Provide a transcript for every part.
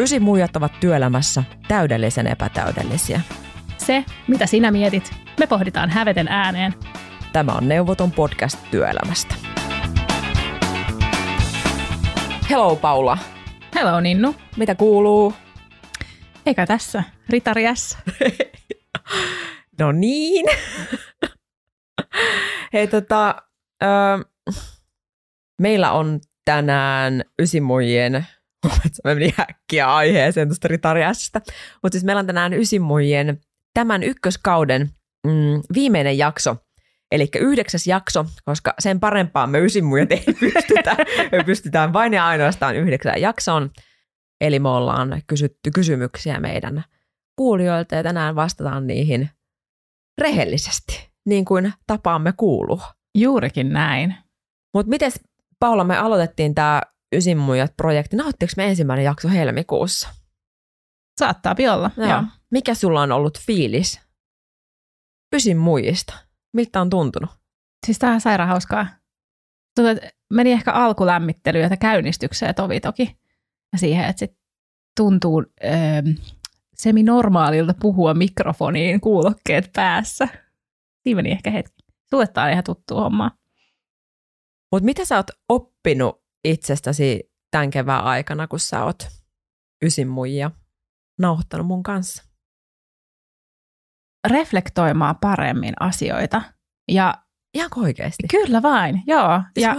Ysimuijat ovat työelämässä täydellisen epätäydellisiä. Se, mitä sinä mietit, me pohditaan häveten ääneen. Tämä on neuvoton podcast työelämästä. Hello Paula. Hello Ninnu. Mitä kuuluu? Eikä tässä, Ritari S. No niin. Hei meillä on tänään Ysimuijien, mä menin äkkiä aiheeseen tuosta Ritari S:stä, mutta siis meillä on tänään Ysimuijien tämän ykköskauden viimeinen jakso, eli 9. jakso, koska sen parempaan me Ysimuijat ei pystytä. Me pystytään vain ja ainoastaan 9 jaksoon. Eli me ollaan kysytty kysymyksiä meidän kuulijoilta ja tänään vastataan niihin rehellisesti, niin kuin tapaamme kuuluu. Juurikin näin. Mutta mites Paula, me aloitettiin tämä Ysimuijat-projekti. Nauhoittiko me ensimmäinen jakso helmikuussa? Saattaa olla, joo. Mikä sulla on ollut fiilis Ysimuijista? Miltä on tuntunut? Siis tää on sairaan hauskaa. Meni ehkä alkulämmittelyyn ja käynnistykseen toki. Ja siihen, että sit tuntuu semi-normaalilta puhua mikrofoniin kuulokkeet päässä. Siinä meni ehkä hetki. Sulle tää on ihan tuttua hommaa. Mutta mitä sä oot oppinut itsestäsi tämän kevään aikana, kun sä oot Ysimuijia nauhoittanut mun kanssa? Reflektoimaan paremmin asioita. Ja ihan oikeasti? Kyllä vain, joo. Ja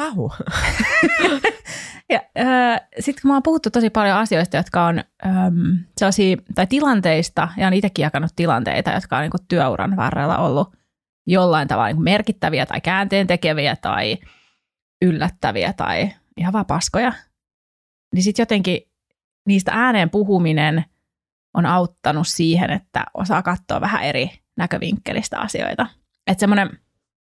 sitten kun mä oon puhuttu tosi paljon asioista, jotka on sellaisia, tai tilanteista, ja on itsekin jakanut tilanteita, jotka on niin kuin työuran varrella ollut jollain tavalla niin kuin merkittäviä tai käänteentekeviä tai yllättäviä tai ihan vaan paskoja, niin sitten jotenkin niistä ääneen puhuminen on auttanut siihen, että osaa katsoa vähän eri näkövinkkelistä asioita. Että semmoinen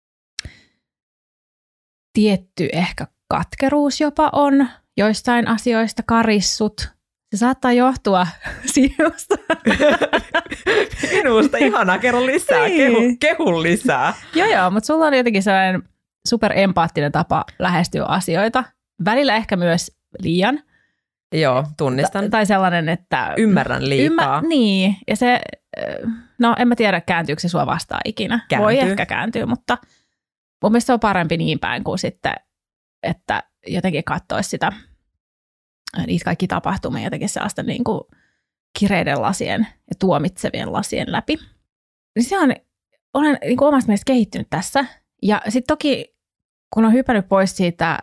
tietty ehkä katkeruus jopa on joistain asioista karissut. Se saattaa johtua sinusta. Minusta ihanaa, kerro lisää, niin. kehu lisää. Joo, mutta sulla on jotenkin sellainen superempaattinen tapa lähestyä asioita. Välillä ehkä myös liian. Joo, tunnistan. Tai sellainen, että ymmärrän liikaa. Niin, ja se, no en mä tiedä, kääntyykö se sua vastaan ikinä. Kääntyy. Voi ehkä kääntyä, mutta mun mielestä se on parempi niin päin kuin sitten, että jotenkin katsoisi niitä kaikki tapahtumia jotenkin sellaista niin kuin kireiden lasien ja tuomitsevien lasien läpi. Niin olen niin kuin omasta mielestä kehittynyt tässä. Ja sitten toki, kun on hypännyt pois siitä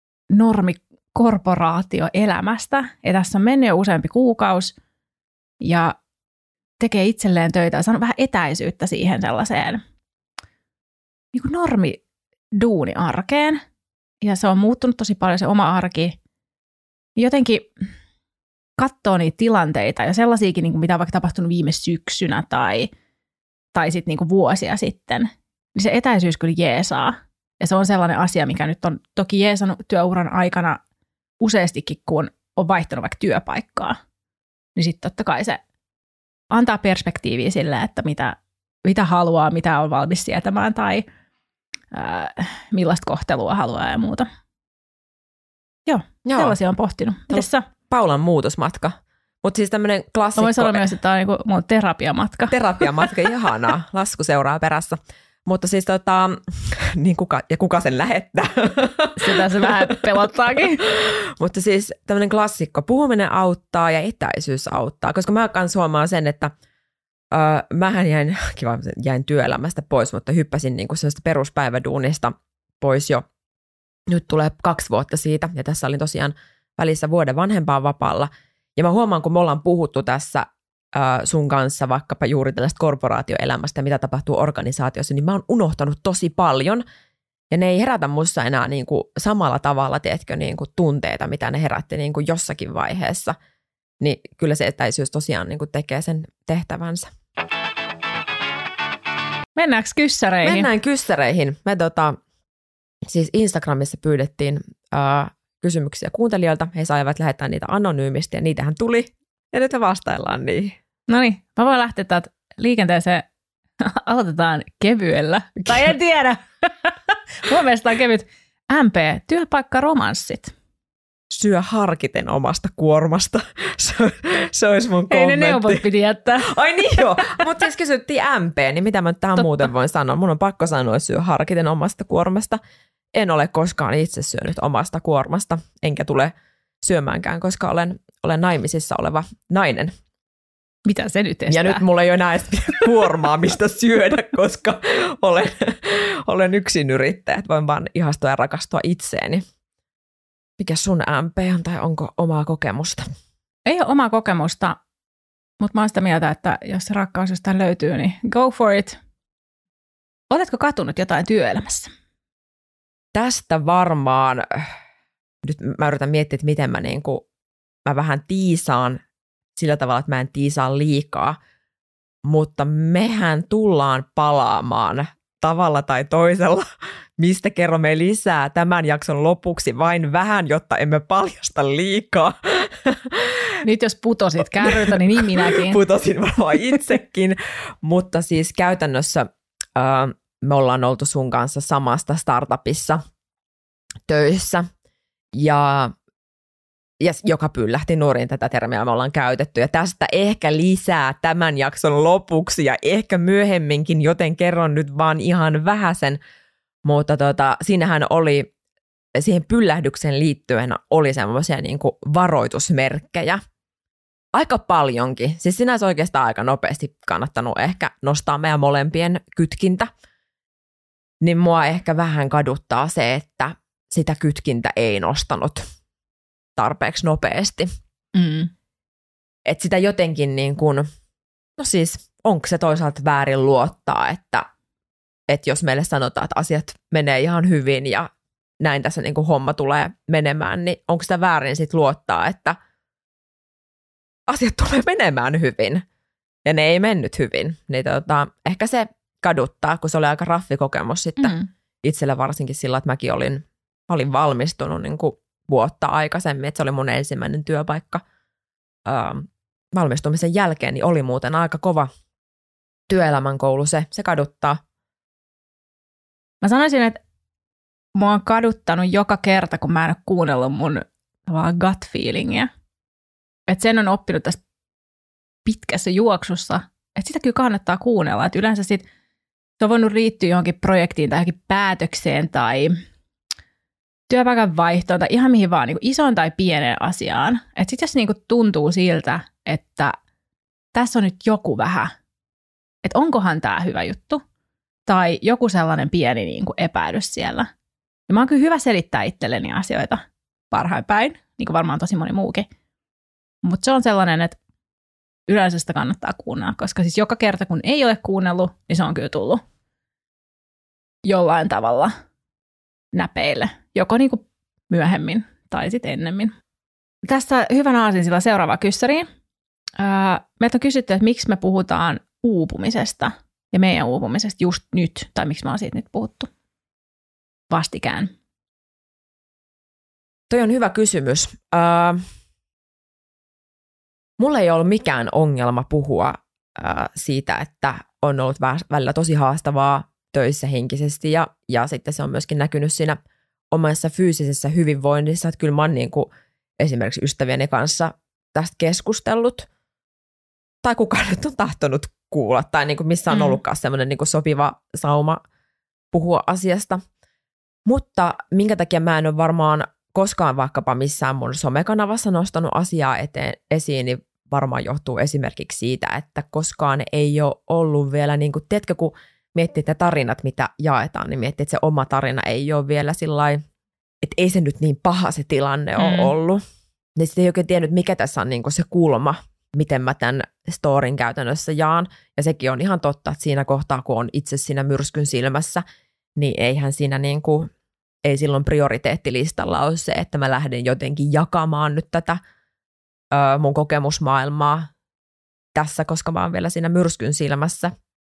normikorporaatioelämästä, ja tässä on mennyt jo useampi kuukausi, ja tekee itselleen töitä, ja saanut vähän etäisyyttä siihen sellaiseen niin kuin normiduuni-arkeen, ja se on muuttunut tosi paljon se oma arki. Jotenkin katsoo niitä tilanteita, ja sellaisiakin, niin kuin mitä on vaikka tapahtunut viime syksynä, tai sitten niin kuin vuosia sitten, niin se etäisyys kyllä jeesaa. Ja se on sellainen asia, mikä nyt on toki jeesannut työuran aikana useastikin, kun on vaihtanut vaikka työpaikkaa. Niin sitten totta kai se antaa perspektiiviä sille, että mitä haluaa, mitä on valmis sietämään tai millaista kohtelua haluaa ja muuta. Joo. Sellaisia on pohtinut. Mites sä? Paulan muutosmatka. Mutta siis tämmöinen klassikko. Voin sanoa myös, että tämä on niinku mun terapiamatka. Terapiamatka, ihanaa. Lasku seuraa perässä. Mutta siis niin kuka sen lähettää? Sitä se vähän pelottaakin. Mutta siis tämmöinen klassikko. Puhuminen auttaa ja etäisyys auttaa. Koska mä kans huomaan sen, että mähän jäin työelämästä pois, mutta hyppäsin niinku sellaista peruspäiväduunista pois jo. Nyt tulee 2 vuotta siitä ja tässä olin tosiaan välissä vuoden vanhempaan vapaalla. Ja mä huomaan, kun me ollaan puhuttu tässä sun kanssa vaikkapa juuri tällaista korporaatioelämästä, mitä tapahtuu organisaatiossa, niin mä oon unohtanut tosi paljon. Ja ne ei herätä musta enää niin kuin samalla tavalla, tiedätkö, niin kuin tunteita, mitä ne herätti niin kuin jossakin vaiheessa. Niin kyllä se etäisyys tosiaan niin kuin tekee sen tehtävänsä. Mennäänkö kyssäreihin? Mennään kyssäreihin. Me siis Instagramissa pyydettiin kysymyksiä kuuntelijoilta. He saivat lähettää niitä anonyymisti ja niitähän tuli. Ja nyt me vastaillaan niihin. No niin, mä voin lähteä täältä liikenteeseen. Aloitetaan kevyellä. Tai en tiedä. Mun mielestä on kevyt. MP, työpaikkaromanssit. syö harkiten omasta kuormasta. Se olisi mun kommentti. Ei ne neuvot piti jättää. Ai niin joo, mutta siis kysyttiin MP, niin mitä mä tähän muuten voin sanoa? Mun on pakko sanoa, että syö harkiten omasta kuormasta. En ole koskaan itse syönyt omasta kuormasta, enkä tule syömäänkään, koska olen naimisissa oleva nainen. Mitä se nyt estää? Ja nyt mulla ei ole enää edes kuormaa, mistä syödä, koska olen yksinyrittäjä. Voin vaan ihastua ja rakastua itseeni. Mikä sun MP on tai onko omaa kokemusta? Ei ole omaa kokemusta, mutta mä oon sitä mieltä, että jos se rakkaus jostain löytyy, niin go for it. Oletko katunut jotain työelämässä? Tästä varmaan, nyt mä yritän miettiä, että miten mä vähän tiisaan sillä tavalla, että mä en tiisaa liikaa, mutta mehän tullaan palaamaan tavalla tai toisella, mistä kerromme lisää tämän jakson lopuksi vain vähän, jotta emme paljasta liikaa. Nyt jos putosit kärryltä, niin minäkin. Putosin varmaan itsekin, mutta siis käytännössä me ollaan oltu sun kanssa samasta startupissa töissä ja joka pyllähti nuoriin tätä termiä me ollaan käytetty. Ja tästä ehkä lisää tämän jakson lopuksi ja ehkä myöhemminkin, joten kerron nyt vaan ihan vähäsen. Mutta siinähän oli, siihen pyllähdykseen liittyen oli semmoisia niinku varoitusmerkkejä. Aika paljonkin. Siis sinänsä oikeastaan aika nopeasti kannattanut ehkä nostaa meidän molempien kytkintä. Niin mua ehkä vähän kaduttaa se, että sitä kytkintä ei nostanut tarpeeksi nopeasti. Että sitä jotenkin niin kuin, no siis onko se toisaalta väärin luottaa, että jos meille sanotaan, että asiat menee ihan hyvin ja näin tässä niin kuin homma tulee menemään, niin onko sitä väärin sitten luottaa, että asiat tulee menemään hyvin ja ne ei mennyt hyvin. Niin ehkä se kaduttaa, kun se oli aika raffi kokemus sitten itselle varsinkin sillä, että mäkin olin valmistunut niin kuin vuotta aikaisemmin, että se oli mun ensimmäinen työpaikka valmistumisen jälkeen, niin oli muuten aika kova työelämän koulu se kaduttaa. Mä sanoisin, että mua on kaduttanut joka kerta, kun mä en ole kuunnellut mun gut feelingiä. Että sen on oppinut tässä pitkässä juoksussa, että sitä kyllä kannattaa kuunnella. Että yleensä se on voinut liittyä johonkin projektiin tai johonkin päätökseen tai työpaikan vaihtoon tai ihan mihin vaan niin kuin isoon tai pieneen asiaan. Että sitten jos niin kuin tuntuu siltä, että tässä on nyt joku vähän, että onkohan tämä hyvä juttu tai joku sellainen pieni niin kuin epäilys siellä. Ja mä oon kyllä hyvä selittää itselleni asioita parhain päin, niin kuin varmaan tosi moni muukin. Mutta se on sellainen, että yleensä sitä kannattaa kuunnella, koska siis joka kerta kun ei ole kuunnellut, niin se on kyllä tullut jollain tavalla näpeille, joko niin kuin myöhemmin tai sitten ennemmin. Tässä hyvänä aasinsilla seuraava kyssäriin. Meiltä on kysytty, että miksi me puhutaan uupumisesta ja meidän uupumisesta just nyt, tai miksi me on siitä nyt puhuttu vastikään. Toi on hyvä kysymys. Mulla ei ollut mikään ongelma puhua siitä, että on ollut välillä tosi haastavaa töissä henkisesti ja sitten se on myöskin näkynyt siinä omassa fyysisessä hyvinvoinnissa, että kyllä mä oon niin kuin esimerkiksi ystävieni kanssa tästä keskustellut tai kukaan nyt on tahtonut kuulla tai niin kuin missä on ollutkaan semmoinen niin kuin sopiva sauma puhua asiasta. Mutta minkä takia mä en ole varmaan koskaan vaikkapa missään mun somekanavassa nostanut asiaa esiin, niin varmaan johtuu esimerkiksi siitä, että koskaan ei ole ollut vielä, niin kuin, tiedätkö, kun miettii että tarinat, mitä jaetaan, niin miettii, että se oma tarina ei ole vielä sillain, että ei se nyt niin paha se tilanne ole ollut. Niin sitten ei oikein tiennyt, mikä tässä on niin kuin se kulma, miten mä tämän storin käytännössä jaan. Ja sekin on ihan totta, että siinä kohtaa, kun on itse siinä myrskyn silmässä, niin eihän siinä niin kuin, ei silloin prioriteettilistalla ole se, että mä lähden jotenkin jakamaan nyt tätä mun kokemusmaailmaa tässä, koska mä oon vielä siinä myrskyn silmässä.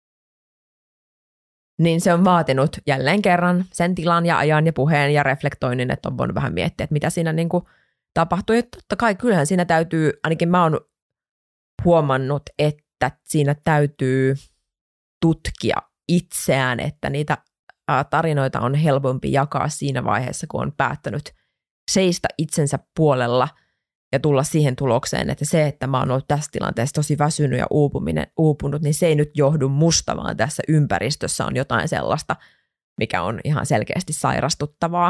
Niin se on vaatinut jälleen kerran sen tilan ja ajan ja puheen ja reflektoinnin, että on voinut vähän miettiä, että mitä siinä niin kuin tapahtui. Ja totta kai kyllähän siinä täytyy, ainakin mä oon huomannut, että siinä täytyy tutkia itseään, että niitä tarinoita on helpompi jakaa siinä vaiheessa, kun on päättänyt seistä itsensä puolella ja tulla siihen tulokseen, että se, että mä oon ollut tässä tilanteessa tosi väsynyt ja uupunut, niin se ei nyt johdu musta, vaan tässä ympäristössä on jotain sellaista, mikä on ihan selkeästi sairastuttavaa.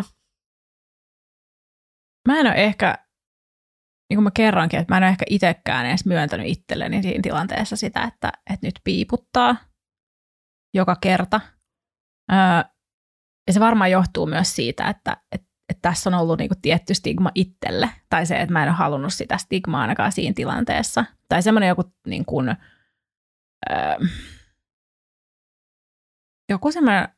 Mä en ole ehkä, niin kuin mä kerroinkin, että mä en ole ehkä itsekään edes myöntänyt itselleni siinä tilanteessa sitä, että nyt piiputtaa joka kerta. Ja se varmaan johtuu myös siitä, että tässä on ollut niin kuin tietty stigma itselle, tai se, että mä en ole halunnut sitä stigmaa ainakaan siinä tilanteessa. Tai semmoinen joku semmoinen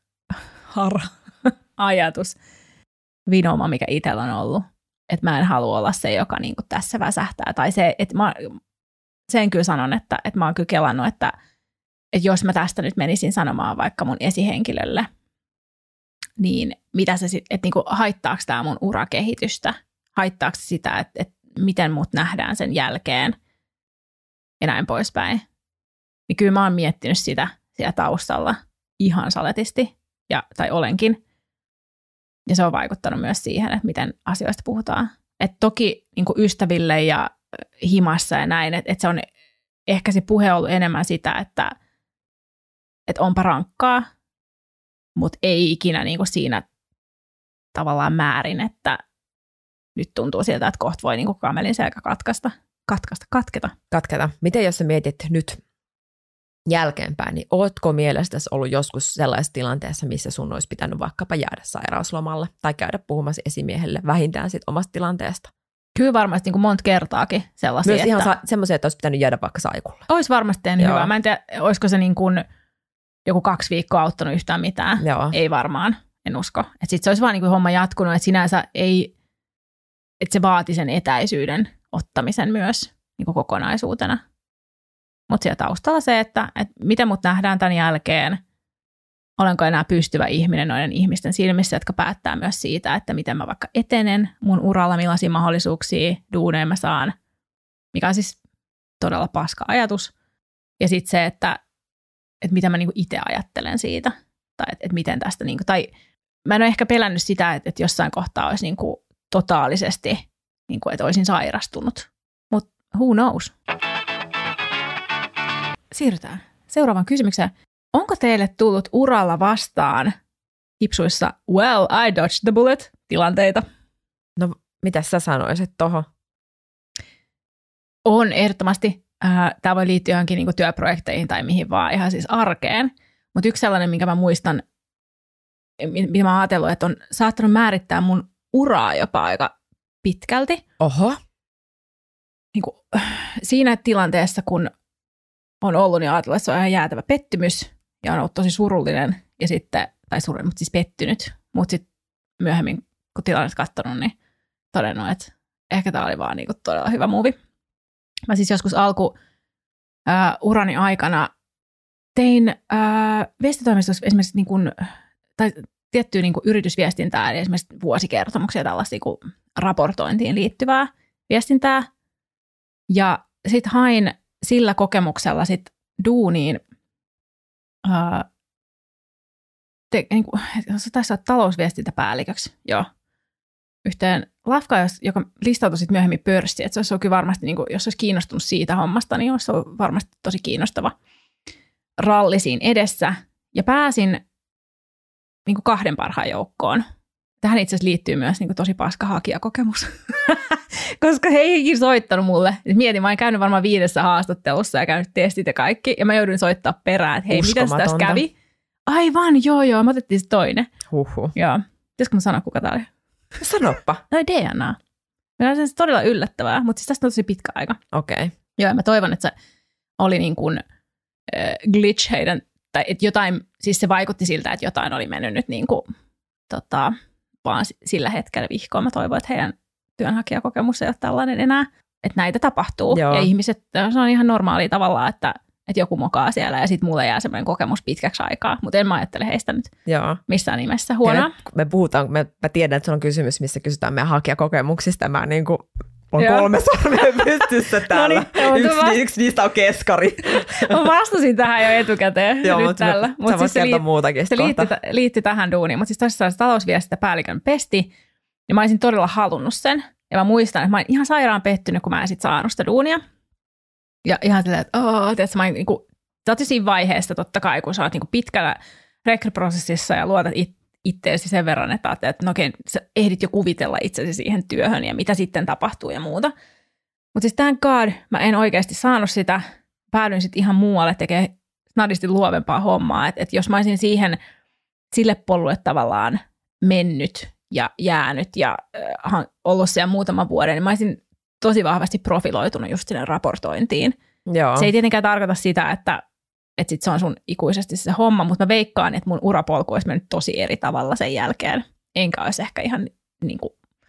ajatus, vinoma, mikä itsellä on ollut, että mä en halua olla se, joka niin kuin tässä väsähtää. Tai se, että sen kyllä sanon, että mä oon kyllä kelannut, että jos mä tästä nyt menisin sanomaan vaikka mun esihenkilölle, niin mitä se sitten, että niinku haittaako tämä mun urakehitystä, haittaako sitä, että miten mut nähdään sen jälkeen ja näin poispäin. Niin kyllä mä oon miettinyt sitä siellä taustalla ihan saletisti, tai olenkin. Ja se on vaikuttanut myös siihen, että miten asioista puhutaan. Että toki niinku ystäville ja himassa ja näin, että se on ehkä se puhe ollut enemmän sitä, että onpa rankkaa, mutta ei ikinä niin kuin siinä tavallaan määrin, että nyt tuntuu siltä, että kohta voi niin kuin kamelin selkä katketa. Miten jos sä mietit nyt jälkeenpäin, niin ootko mielestäsi ollut joskus sellaisessa tilanteessa, missä sun olisi pitänyt vaikkapa jäädä sairauslomalle tai käydä puhumassa esimiehelle vähintään sit omasta tilanteesta? Kyllä varmasti niin kuin monta kertaakin sellaisia. Myös ihan semmoisia, että olisi pitänyt jäädä vaikka saikulle. Olisi varmasti tehnyt hyvää. Mä en tiedä, olisiko se niin kuin joku 2 viikkoa auttanut yhtään mitään. Joo. Ei varmaan, en usko. Että sitten se olisi vaan niin kuin homma jatkunut, että sinänsä ei, että se vaati sen etäisyyden ottamisen myös niin kuin kokonaisuutena. Mutta siellä taustalla se, että miten mut nähdään tämän jälkeen, olenko enää pystyvä ihminen noiden ihmisten silmissä, jotka päättää myös siitä, että miten mä vaikka etenen mun uralla, millaisia mahdollisuuksia duuneja mä saan, mikä on siis todella paska ajatus. Ja sitten se, että mitä mä niinku itse ajattelen siitä, tai että miten tästä, niinku, tai mä en ole ehkä pelännyt sitä, että jossain kohtaa olisi niinku totaalisesti, niinku, että olisin sairastunut, mutta who knows? Siirrytään seuraavaan kysymykseen. Onko teille tullut uralla vastaan hipsuissa well, I dodged the bullet -tilanteita? No, mitä sä sanoisit tohon? On ehdottomasti. Tämä voi liittyä johonkin niinku työprojekteihin tai mihin vaan ihan siis arkeen. Mutta yksi sellainen, minkä mä muistan, mitä mä oon ajatellut, että on saattanut määrittää mun uraa jopa aika pitkälti. Oho. Niinku, siinä tilanteessa, kun on ollut, niin ajatellut, että se on ihan jäätävä pettymys ja on ollut tosi surullinen ja sitten, tai surullinen, mutta siis pettynyt. Mutta sitten myöhemmin, kun tilannetta katsonut, niin todennut, että ehkä tämä oli vaan niinku todella hyvä movie. Mä siis joskus urani aikana tein viestitoimistossa esimerkiksi niin kuin, tai tiettyä niin kuin yritysviestintää, eli esimerkiksi vuosikertomuksia tällaista niin kuin raportointiin liittyvää viestintää. Ja sitten hain sillä kokemuksella sit duuniin, niin kuin, se taisi olla talousviestintäpäälliköksi, joo. Yhteen lafkaan, joka listautui sitten myöhemmin pörssiin. Että se olisi kyllä varmasti, niin kuin, jos olisi kiinnostunut siitä hommasta, niin olisi ollut varmasti tosi kiinnostava ralli siinä edessä. Ja pääsin niin kuin 2 parhaan joukkoon. Tähän itse asiassa liittyy myös niin kuin tosi paska hakijakokemus. Koska he ei soittanut mulle. Mietin, mä olen käynyt varmaan 5 haastattelussa ja käynyt testit ja kaikki. Ja mä jouduin soittaa perään, että hei, mitä tässä kävi? Aivan, joo, me otettiin se toinen. Huhhuh. Joo. Pitäisikö mä sanoa, kuka tää oli? Sanoppa. No DNA. Meillä on se todella yllättävää, mutta siis tästä on tosi pitkä aika. Okei. Okay. Joo, mä toivon, että se oli niin kuin glitch heidän, tai että jotain, siis se vaikutti siltä, että jotain oli mennyt nyt niin kuin, vaan sillä hetkellä vihkoon. Mä toivon, että heidän työnhakijakokemus ei ole tällainen enää, että näitä tapahtuu. Joo. Ja ihmiset, se on ihan normaalia tavallaan, että joku mokaa siellä ja sitten mulle jää semmoinen kokemus pitkäksi aikaa, mutta en mä ajattele heistä nyt missään nimessä huonoa. Mä tiedän, että se on kysymys, missä kysytään meidän hakijakokemuksista. Mä niin kuin on 3 sormea pystyssä täällä. Yksi niistä on keskari. Mä vastasin tähän jo etukäteen. Joo, nyt tällä. Sä voit kertoa muutakin. Se liitti tähän duuniin, mutta siis tässä talousviestintäpäällikön pesti. niin mä olisin todella halunnut sen. Ja mä muistan, että mä olin ihan sairaan pettynyt, kun mä en sit saanut sitä duunia. Ja ihan silleen, että tiedätkö, mä olin niinku, sä oot siinä vaiheessa totta kai, kun sä oot niinku pitkällä rekryprosessissa ja luotat itseäsi sen verran, että no okei, sä ehdit jo kuvitella itsesi siihen työhön ja mitä sitten tapahtuu ja muuta. Mutta siis thank God, mä en oikeasti saanut sitä. Päädyin sitten ihan muualle tekemään snadisti luovempaa hommaa. Että jos mä olisin sille polulle tavallaan mennyt ja jäänyt ja ollut siellä muutaman vuoden, niin mä olisin tosi vahvasti profiloitunut just sinne raportointiin. Joo. Se ei tietenkään tarkoita sitä, että sit se on sun ikuisesti se homma, mutta mä veikkaan, että mun urapolku olisi mennyt tosi eri tavalla sen jälkeen. Enkä olisi ehkä ihan niin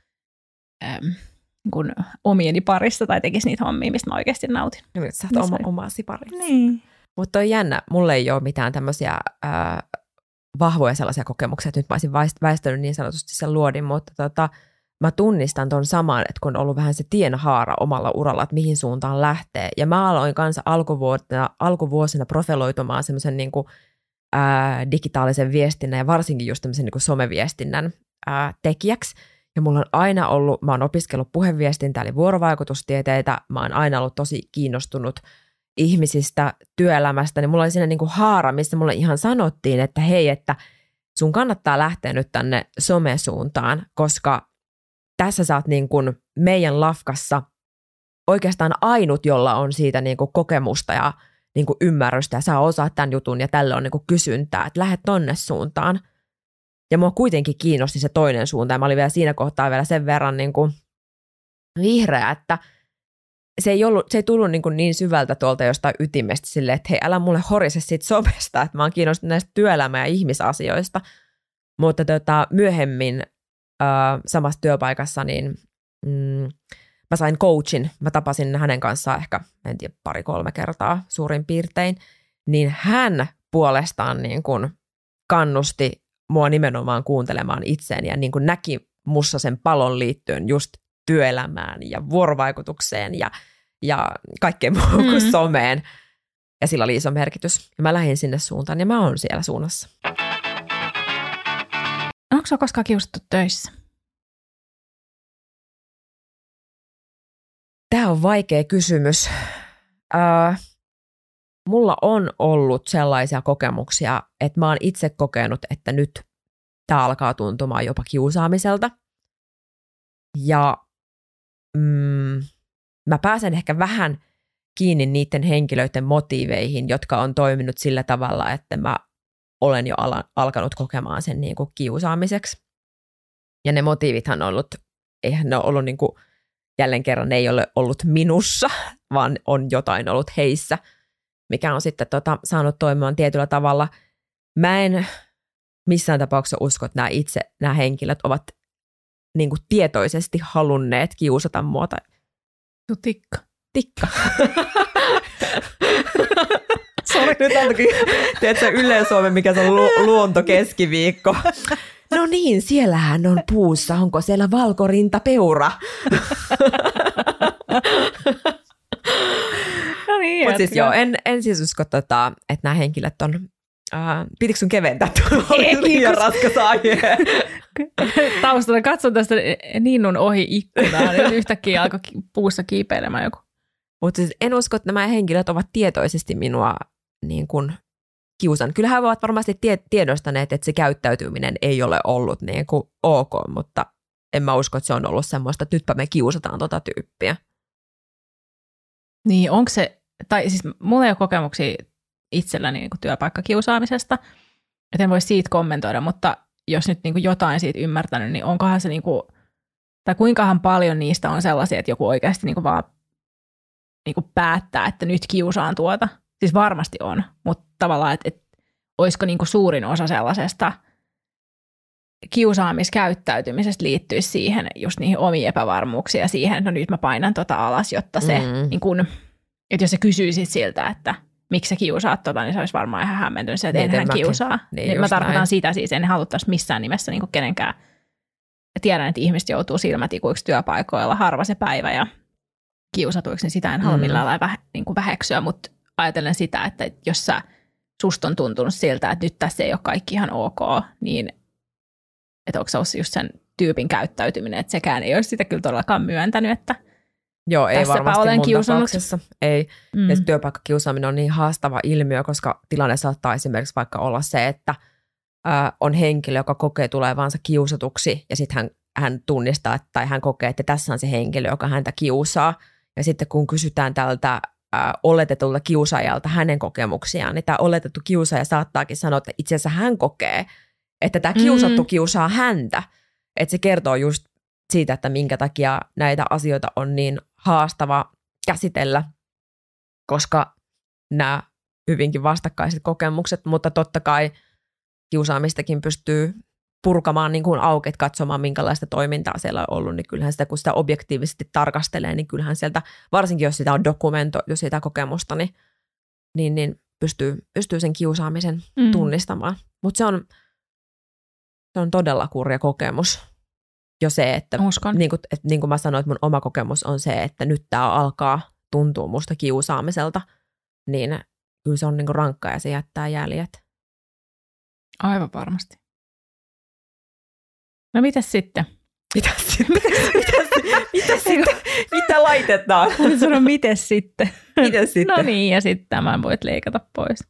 kuin omieni parissa tai tekisi niitä hommia, mistä mä oikeasti nautin. No, sä oot omasi parissa. Niin. Mutta on jännä. Mulla ei ole mitään tämmöisiä vahvoja sellaisia kokemuksia, että nyt mä olisin väistänyt niin sanotusti sen luodin, mutta mä tunnistan ton saman, että kun on ollut vähän se tienhaara omalla uralla, että mihin suuntaan lähtee. Ja mä aloin kanssa alkuvuosina profiloitumaan semmoisen niin kuin, digitaalisen viestinnän ja varsinkin just tämmöisen niin kuin someviestinnän tekijäksi. Ja mulla on aina ollut, mä oon opiskellut puheviestintää eli vuorovaikutustieteitä, mä oon aina ollut tosi kiinnostunut ihmisistä, työelämästä, niin mulla oli siinä niin kuin haara, missä mulle ihan sanottiin, että hei, että sun kannattaa lähteä nyt tänne somesuuntaan, koska tässä sä oot niin kuin meidän lafkassa oikeastaan ainut, jolla on siitä niin kuin kokemusta ja niin kuin ymmärrystä ja saa osaa tämän jutun ja tälle on niin kuin kysyntää, että lähde tonne suuntaan. Ja mua kuitenkin kiinnosti se toinen suunta ja mä olin vielä siinä kohtaa vielä sen verran niin kuin vihreä, että se ei tullut niin syvältä tuolta jostain ytimestä silleen, että hei, älä mulle horise siitä somesta, että mä oon kiinnostunut näistä työelämä- ja ihmisasioista. Mutta myöhemmin samassa työpaikassa niin mä sain coachin. Mä tapasin hänen kanssaan ehkä, en tiedä, 2-3 kertaa suurin piirtein. Niin hän puolestaan niin kuin kannusti mua nimenomaan kuuntelemaan itseäni ja niin kuin näki mussa sen palon liittyen just työelämään ja vuorovaikutukseen ja kaikkeen muuhun kuin someen. Ja sillä oli iso merkitys. Ja mä lähdin sinne suuntaan ja mä oon siellä suunnassa. Onko sua koskaan kiusattu töissä? Tämä on vaikea kysymys. Mulla on ollut sellaisia kokemuksia, että mä oon itse kokenut, että nyt tämä alkaa tuntumaan jopa kiusaamiselta. Ja mä pääsen ehkä vähän kiinni niiden henkilöiden motiiveihin, jotka on toiminut sillä tavalla, että mä olen jo alkanut kokemaan sen niin kuin kiusaamiseksi. Ja ne motiivithan on ollut, eihän ne ole ollut niin kuin, jälleen kerran ne ei ole ollut minussa, vaan on jotain ollut heissä, mikä on sitten saanut toimimaan tietyllä tavalla. Mä en missään tapauksessa usko, että nämä henkilöt ovat niin kuin tietoisesti halunneet kiusata mua. Tikka. Sori, nyt onkin, tiedätkö, Yle-Suomen, mikä se on luontokeskiviikko. No niin, siellähän on puussa. Onko siellä valkorintapeura? No niin, mutta siis joo, en siis usko, että nämä henkilöt on... pitikö sun keventää? Oli liian raskas aihe. Taustalla katson tästä Ninnun ohi ikkunaa, niin yhtäkkiä alkoi puussa kiipeilemään joku. Mutta siis en usko, että nämä henkilöt ovat tietoisesti minua niin kuin kiusannut. Kyllähän he ovat varmasti tiedostaneet, että se käyttäytyminen ei ole ollut niin kuin ok, mutta en mä usko, että se on ollut semmoista, että nytpä me kiusataan tota tyyppiä. Niin, onko se, tai siis mulla ei ole kokemuksia itselläni niin kuin työpaikkakiusaamisesta, että en voi siitä kommentoida, mutta jos nyt niin kuin jotain siitä ymmärtänyt, niin onkohan se, niin kuin, tai kuinkahan paljon niistä on sellaisia, että joku oikeasti niin kuin vaan niin kuin päättää, että nyt kiusaan tuota. Siis varmasti on, mutta tavallaan, että olisiko niin kuin suurin osa sellaisesta kiusaamiskäyttäytymisestä liittyisi siihen, just niihin omiin epävarmuuksiin ja siihen, että no nyt mä painan tota alas, jotta se, niin kun, että jos se kysyisi siltä, että miksi sä kiusaat niin se olisi varmaan ihan hämmentynyt, että enhän kiusaa. Niin mä tarkoitan näin. Sitä siis, en haluttaisi missään nimessä niin kuin kenenkään. Tiedän, että ihmiset joutuu silmätikuiksi työpaikoilla harva se päivä ja kiusatuiksi, niin sitä en halua millään lailla niin kuin väheksyä, mutta ajatellen sitä, että jos susta on tuntunut siltä, että nyt tässä ei ole kaikki ihan ok, niin että onko se ollut just sen tyypin käyttäytyminen, että sekään ei olisi sitä kyllä todellakaan myöntänyt, että joo, ei varmasti olen mun kiusannut. tapauksessa. Ei. Ja se työpaikkakiusaaminen on niin haastava ilmiö, koska tilanne saattaa esimerkiksi vaikka olla se, että on henkilö, joka kokee tulevansa kiusatuksi ja sitten hän tunnistaa tai hän kokee, että tässä on se henkilö, joka häntä kiusaa. Ja sitten kun kysytään tältä oletetulta kiusaajalta hänen kokemuksiaan, niin tämä oletettu kiusaaja saattaakin sanoa, että itse asiassa hän kokee, että tämä kiusattu kiusaa häntä. Että se kertoo just siitä, että minkä takia näitä asioita on niin haastava käsitellä, koska nämä hyvinkin vastakkaiset kokemukset, mutta totta kai kiusaamistakin pystyy purkamaan niin kuin auki, katsomaan minkälaista toimintaa siellä on ollut, niin kyllähän sitä, kun sitä objektiivisesti tarkastelee, niin kyllähän sieltä, varsinkin jos sitä on dokumentoitu sitä kokemusta, niin pystyy sen kiusaamisen tunnistamaan. Mutta se on todella kurja kokemus. Jo se, että niin kuin mä sanoin, että mun oma kokemus on se, että nyt tämä alkaa tuntua musta kiusaamiselta, niin kyllä se on niin kuin rankkaa ja se jättää jäljet. Aivan varmasti. No mitäs sitten? Mitäs sitten? Mitä laitetaan? Sano mites sitten? Mites sitten? No niin, ja sitten tämän voit leikata pois.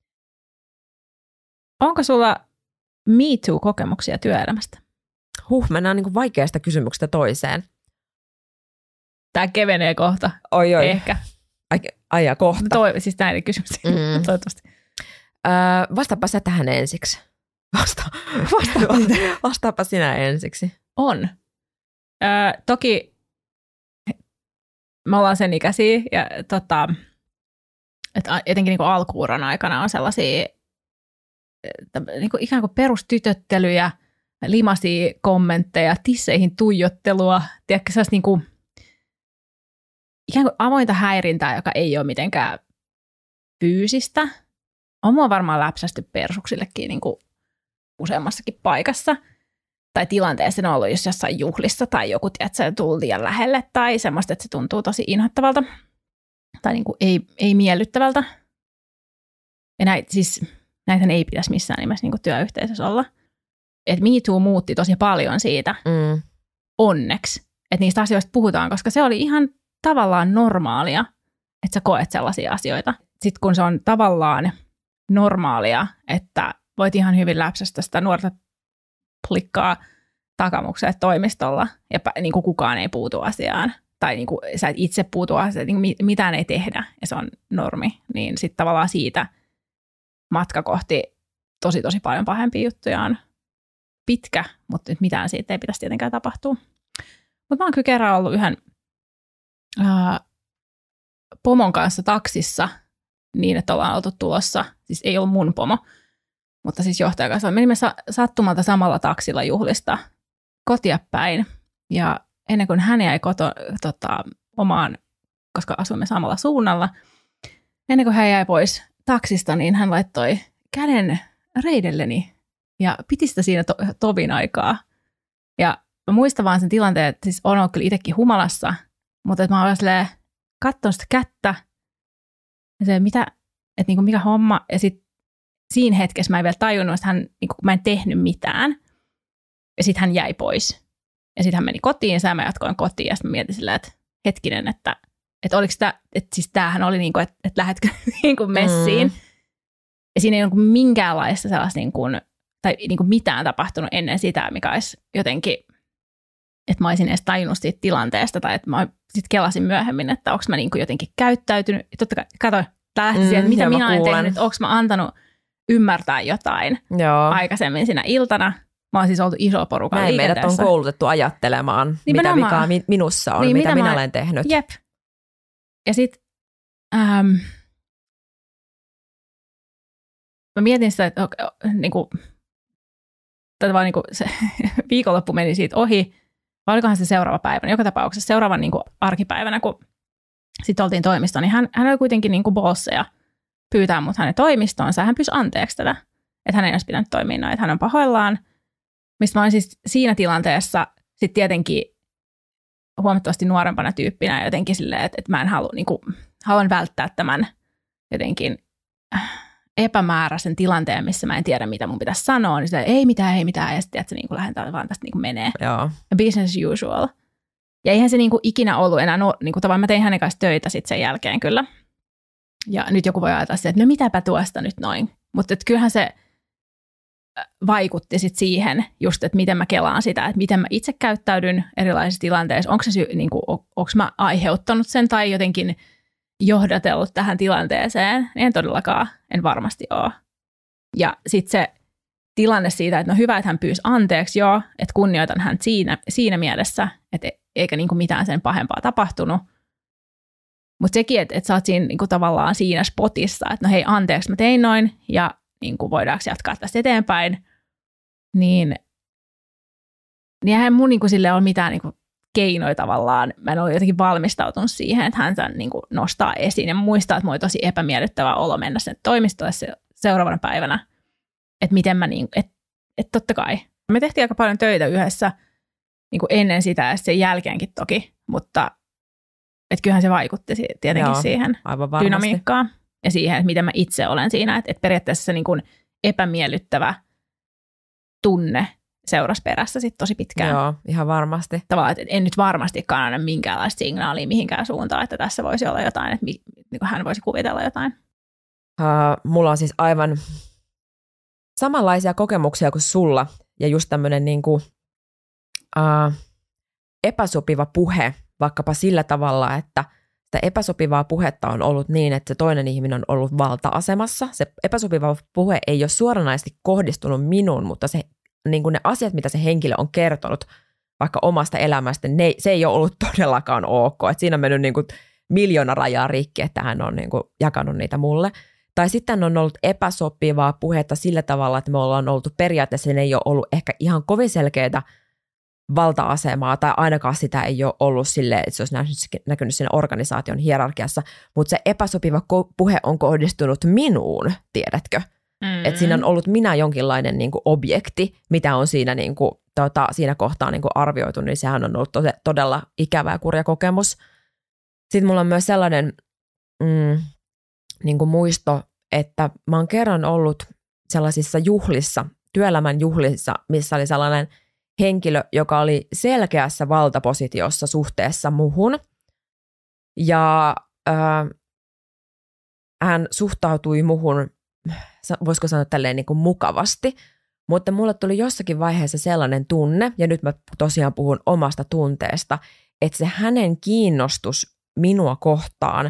Onko sulla Me Too-kokemuksia työelämästä? Mennään niin kuin vaikeasta kysymyksestä toiseen. Tämä kevenee kohta. Oi. Ehkä. Ai ja kohta. Siis näiden kysymyksiä. Toivottavasti. Vastaapa sä tähän ensiksi. Vastaapa sinä ensiksi. On. Toki me ollaan sen ikäisiä ja että etenkin niin kuin alkuuran aikana on sellaisia niin kuin ikään kuin perustytöttelyjä, limaisia kommentteja, tisseihin tuijottelua, tiedätkö sellaista niin kuin, ikään kuin avointa häirintää, joka ei ole mitenkään fyysistä. On mua varmaan läpsästy persuksillekin niin kuin useammassakin paikassa. Tai tilanteessa ne on ollut just jossain juhlissa tai joku, että se tullut liian lähelle tai semmoista, että se tuntuu tosi inhottavalta tai niin kuin ei miellyttävältä. Ja näitähän ei pitäisi missään nimessä niin kuin työyhteisössä olla. Että Me Too muutti tosi paljon siitä onneksi, että niistä asioista puhutaan, koska se oli ihan tavallaan normaalia, että sä koet sellaisia asioita. Sitten kun se on tavallaan normaalia, että voit ihan hyvin läpsästä sitä nuorta plikkaa takamukseen toimistolla ja niin kuin kukaan ei puutu asiaan tai niin kuin sä et itse puutu asiaan, niin kuin mitään ei tehdä ja se on normi, niin sitten tavallaan siitä matka kohti tosi paljon pahempia juttuja on pitkä, mutta nyt mitään siitä ei pitäisi tietenkään tapahtua. Mutta mä oon kyllä kerran ollut yhden pomon kanssa taksissa niin, että ollaan oltu tulossa, siis ei ollut mun pomo, mutta siis johtajan kanssa. Menimme sattumalta samalla taksilla juhlista kotia päin ja ennen kuin hän jäi omaan, koska asuimme samalla suunnalla, ennen kuin hän jäi pois taksista, niin hän laittoi käden reidelleni ja piti sitä siinä tovin aikaa. Ja mä muistan vaan sen tilanteen, että siis olen ollut kyllä itsekin humalassa, mutta että mä olen silleen katsonut sitä kättä ja se, että niinku mikä homma. Ja sitten siinä hetkessä mä en vielä tajunnut, että niinku, mä en tehnyt mitään. Ja sitten hän jäi pois. Ja sitten hän meni kotiin ja mä jatkoin kotiin ja sitten mä mietin silleen, että hetkinen, että oliko tämä, että siis tämähän oli niinku, että lähdetkö niinku messiin. Ja siinä ei ole minkäänlaista sellaista niinku, tai niinku mitään tapahtunut ennen sitä, mikä olisi jotenkin, että mä olisin edes tajunnut siitä tilanteesta tai että mä sitten kelasin myöhemmin, että onko mä niinku jotenkin käyttäytynyt. Ja totta kai, katsoin, tämä lähti siihen, että mitä minä olen tehnyt, että onko mä antanut ymmärtää jotain aikaisemmin siinä iltana. Mä oon siis oltu iso porukka liikenteessä. Meidät on koulutettu ajattelemaan, mitä vikaa minussa on, niin, mitä minä olen tehnyt. Jep. Ja sitten mä mietin sitä, että niinku, se viikonloppu meni siitä ohi, vai olikohan se seuraava päivänä. Joka tapauksessa seuraavan niinku arkipäivänä, kun sitten oltiin toimistoon, niin hän oli kuitenkin niinku bosseja pyytää mut hänen toimistoonsa. Hän pyysi anteeksi tätä, että hän ei olisi pitänyt toimia noin, että hän on pahoillaan. Mistä mä olin siis siinä tilanteessa sitten tietenkin huomattavasti nuorempana tyyppinä jotenkin silleen, että mä en haluan välttää tämän jotenkin epämääräisen tilanteen, missä mä en tiedä, mitä mun pitäisi sanoa, niin se ei mitään, ja sitten että se niin lähdetään vaan tästä niin menee. Joo. Business as usual. Ja eihän se niin ikinä ollut enää, niin tavallaan mä tein hänen kanssa töitä sitten sen jälkeen kyllä. Ja nyt joku voi ajatella että no mitäpä tuosta nyt noin. Mutta kyllähän se vaikutti sitten siihen, just että miten mä kelaan sitä, että miten mä itse käyttäydyn erilaisissa tilanteissa. Onko se niin onko mä aiheuttanut sen tai jotenkin johdatellut tähän tilanteeseen? En todellakaan, en varmasti ole. Ja sitten se tilanne siitä, että no hyvä, että hän pyysi anteeksi, joo, että kunnioitan hän siinä mielessä, että eikä niin mitään sen pahempaa tapahtunut. Mutta sekin, että sä oot siinä niin tavallaan siinä spotissa, että no hei anteeksi mä tein noin ja niin voidaanko jatkaa tästä eteenpäin, niin eihän mun niin sille ole mitään niin keinoja tavallaan. Mä en ole jotenkin valmistautunut siihen, että hän tämän niin nostaa esiin. Ja muistaa, että mulla oli tosi epämiellyttävä olo mennä sen toimistolle seuraavana päivänä. Että miten mä, että totta kai. Me tehtiin aika paljon töitä yhdessä niin ennen sitä ja sen jälkeenkin toki, mutta että kyllähän se vaikutti tietenkin siihen dynamiikkaan ja siihen, että miten mä itse olen siinä. Että periaatteessa se niin kuin epämiellyttävä tunne seurasi perässä sitten tosi pitkään. Joo, ihan varmasti. Tavallaan, että en nyt varmastikaan anna minkäänlaista signaalia mihinkään suuntaan, että tässä voisi olla jotain, että niin kuin hän voisi kuvitella jotain. Mulla on siis aivan samanlaisia kokemuksia kuin sulla ja just tämmöinen niin kuin, epäsopiva puhe, vaikkapa sillä tavalla, että sitä epäsopivaa puhetta on ollut niin, että se toinen ihminen on ollut valta-asemassa. Se epäsopiva puhe ei ole suoranaisesti kohdistunut minuun, mutta se, niin kuin ne asiat, mitä se henkilö on kertonut vaikka omasta elämästä, se ei ole ollut todellakaan ok. Et siinä on mennyt niin kuin 1,000,000 rajaa rikki, että hän on niin kuin jakanut niitä mulle. Tai sitten on ollut epäsopivaa puhetta sillä tavalla, että me ollaan oltu periaatteessa, ne ei ole ollut ehkä ihan kovin selkeää valta-asemaa, tai ainakaan sitä ei ole ollut silleen, että se olisi näkynyt siinä organisaation hierarkiassa, mutta se epäsopiva puhe on kohdistunut minuun, tiedätkö? Että siinä on ollut minä jonkinlainen niin kuin objekti, mitä on siinä, niin kuin, siinä kohtaa niin kuin arvioitu, niin sehän on ollut todella ikävä ja kurja kokemus. Sitten mulla on myös sellainen niin kuin muisto, että mä oon kerran ollut sellaisissa juhlissa, työelämän juhlissa, missä oli sellainen henkilö, joka oli selkeässä valtapositiossa suhteessa muhun. Ja hän suhtautui muhun, voisiko sanoa tälleen niin kuin mukavasti, mutta mulle tuli jossakin vaiheessa sellainen tunne, ja nyt mä tosiaan puhun omasta tunteesta, että se hänen kiinnostus minua kohtaan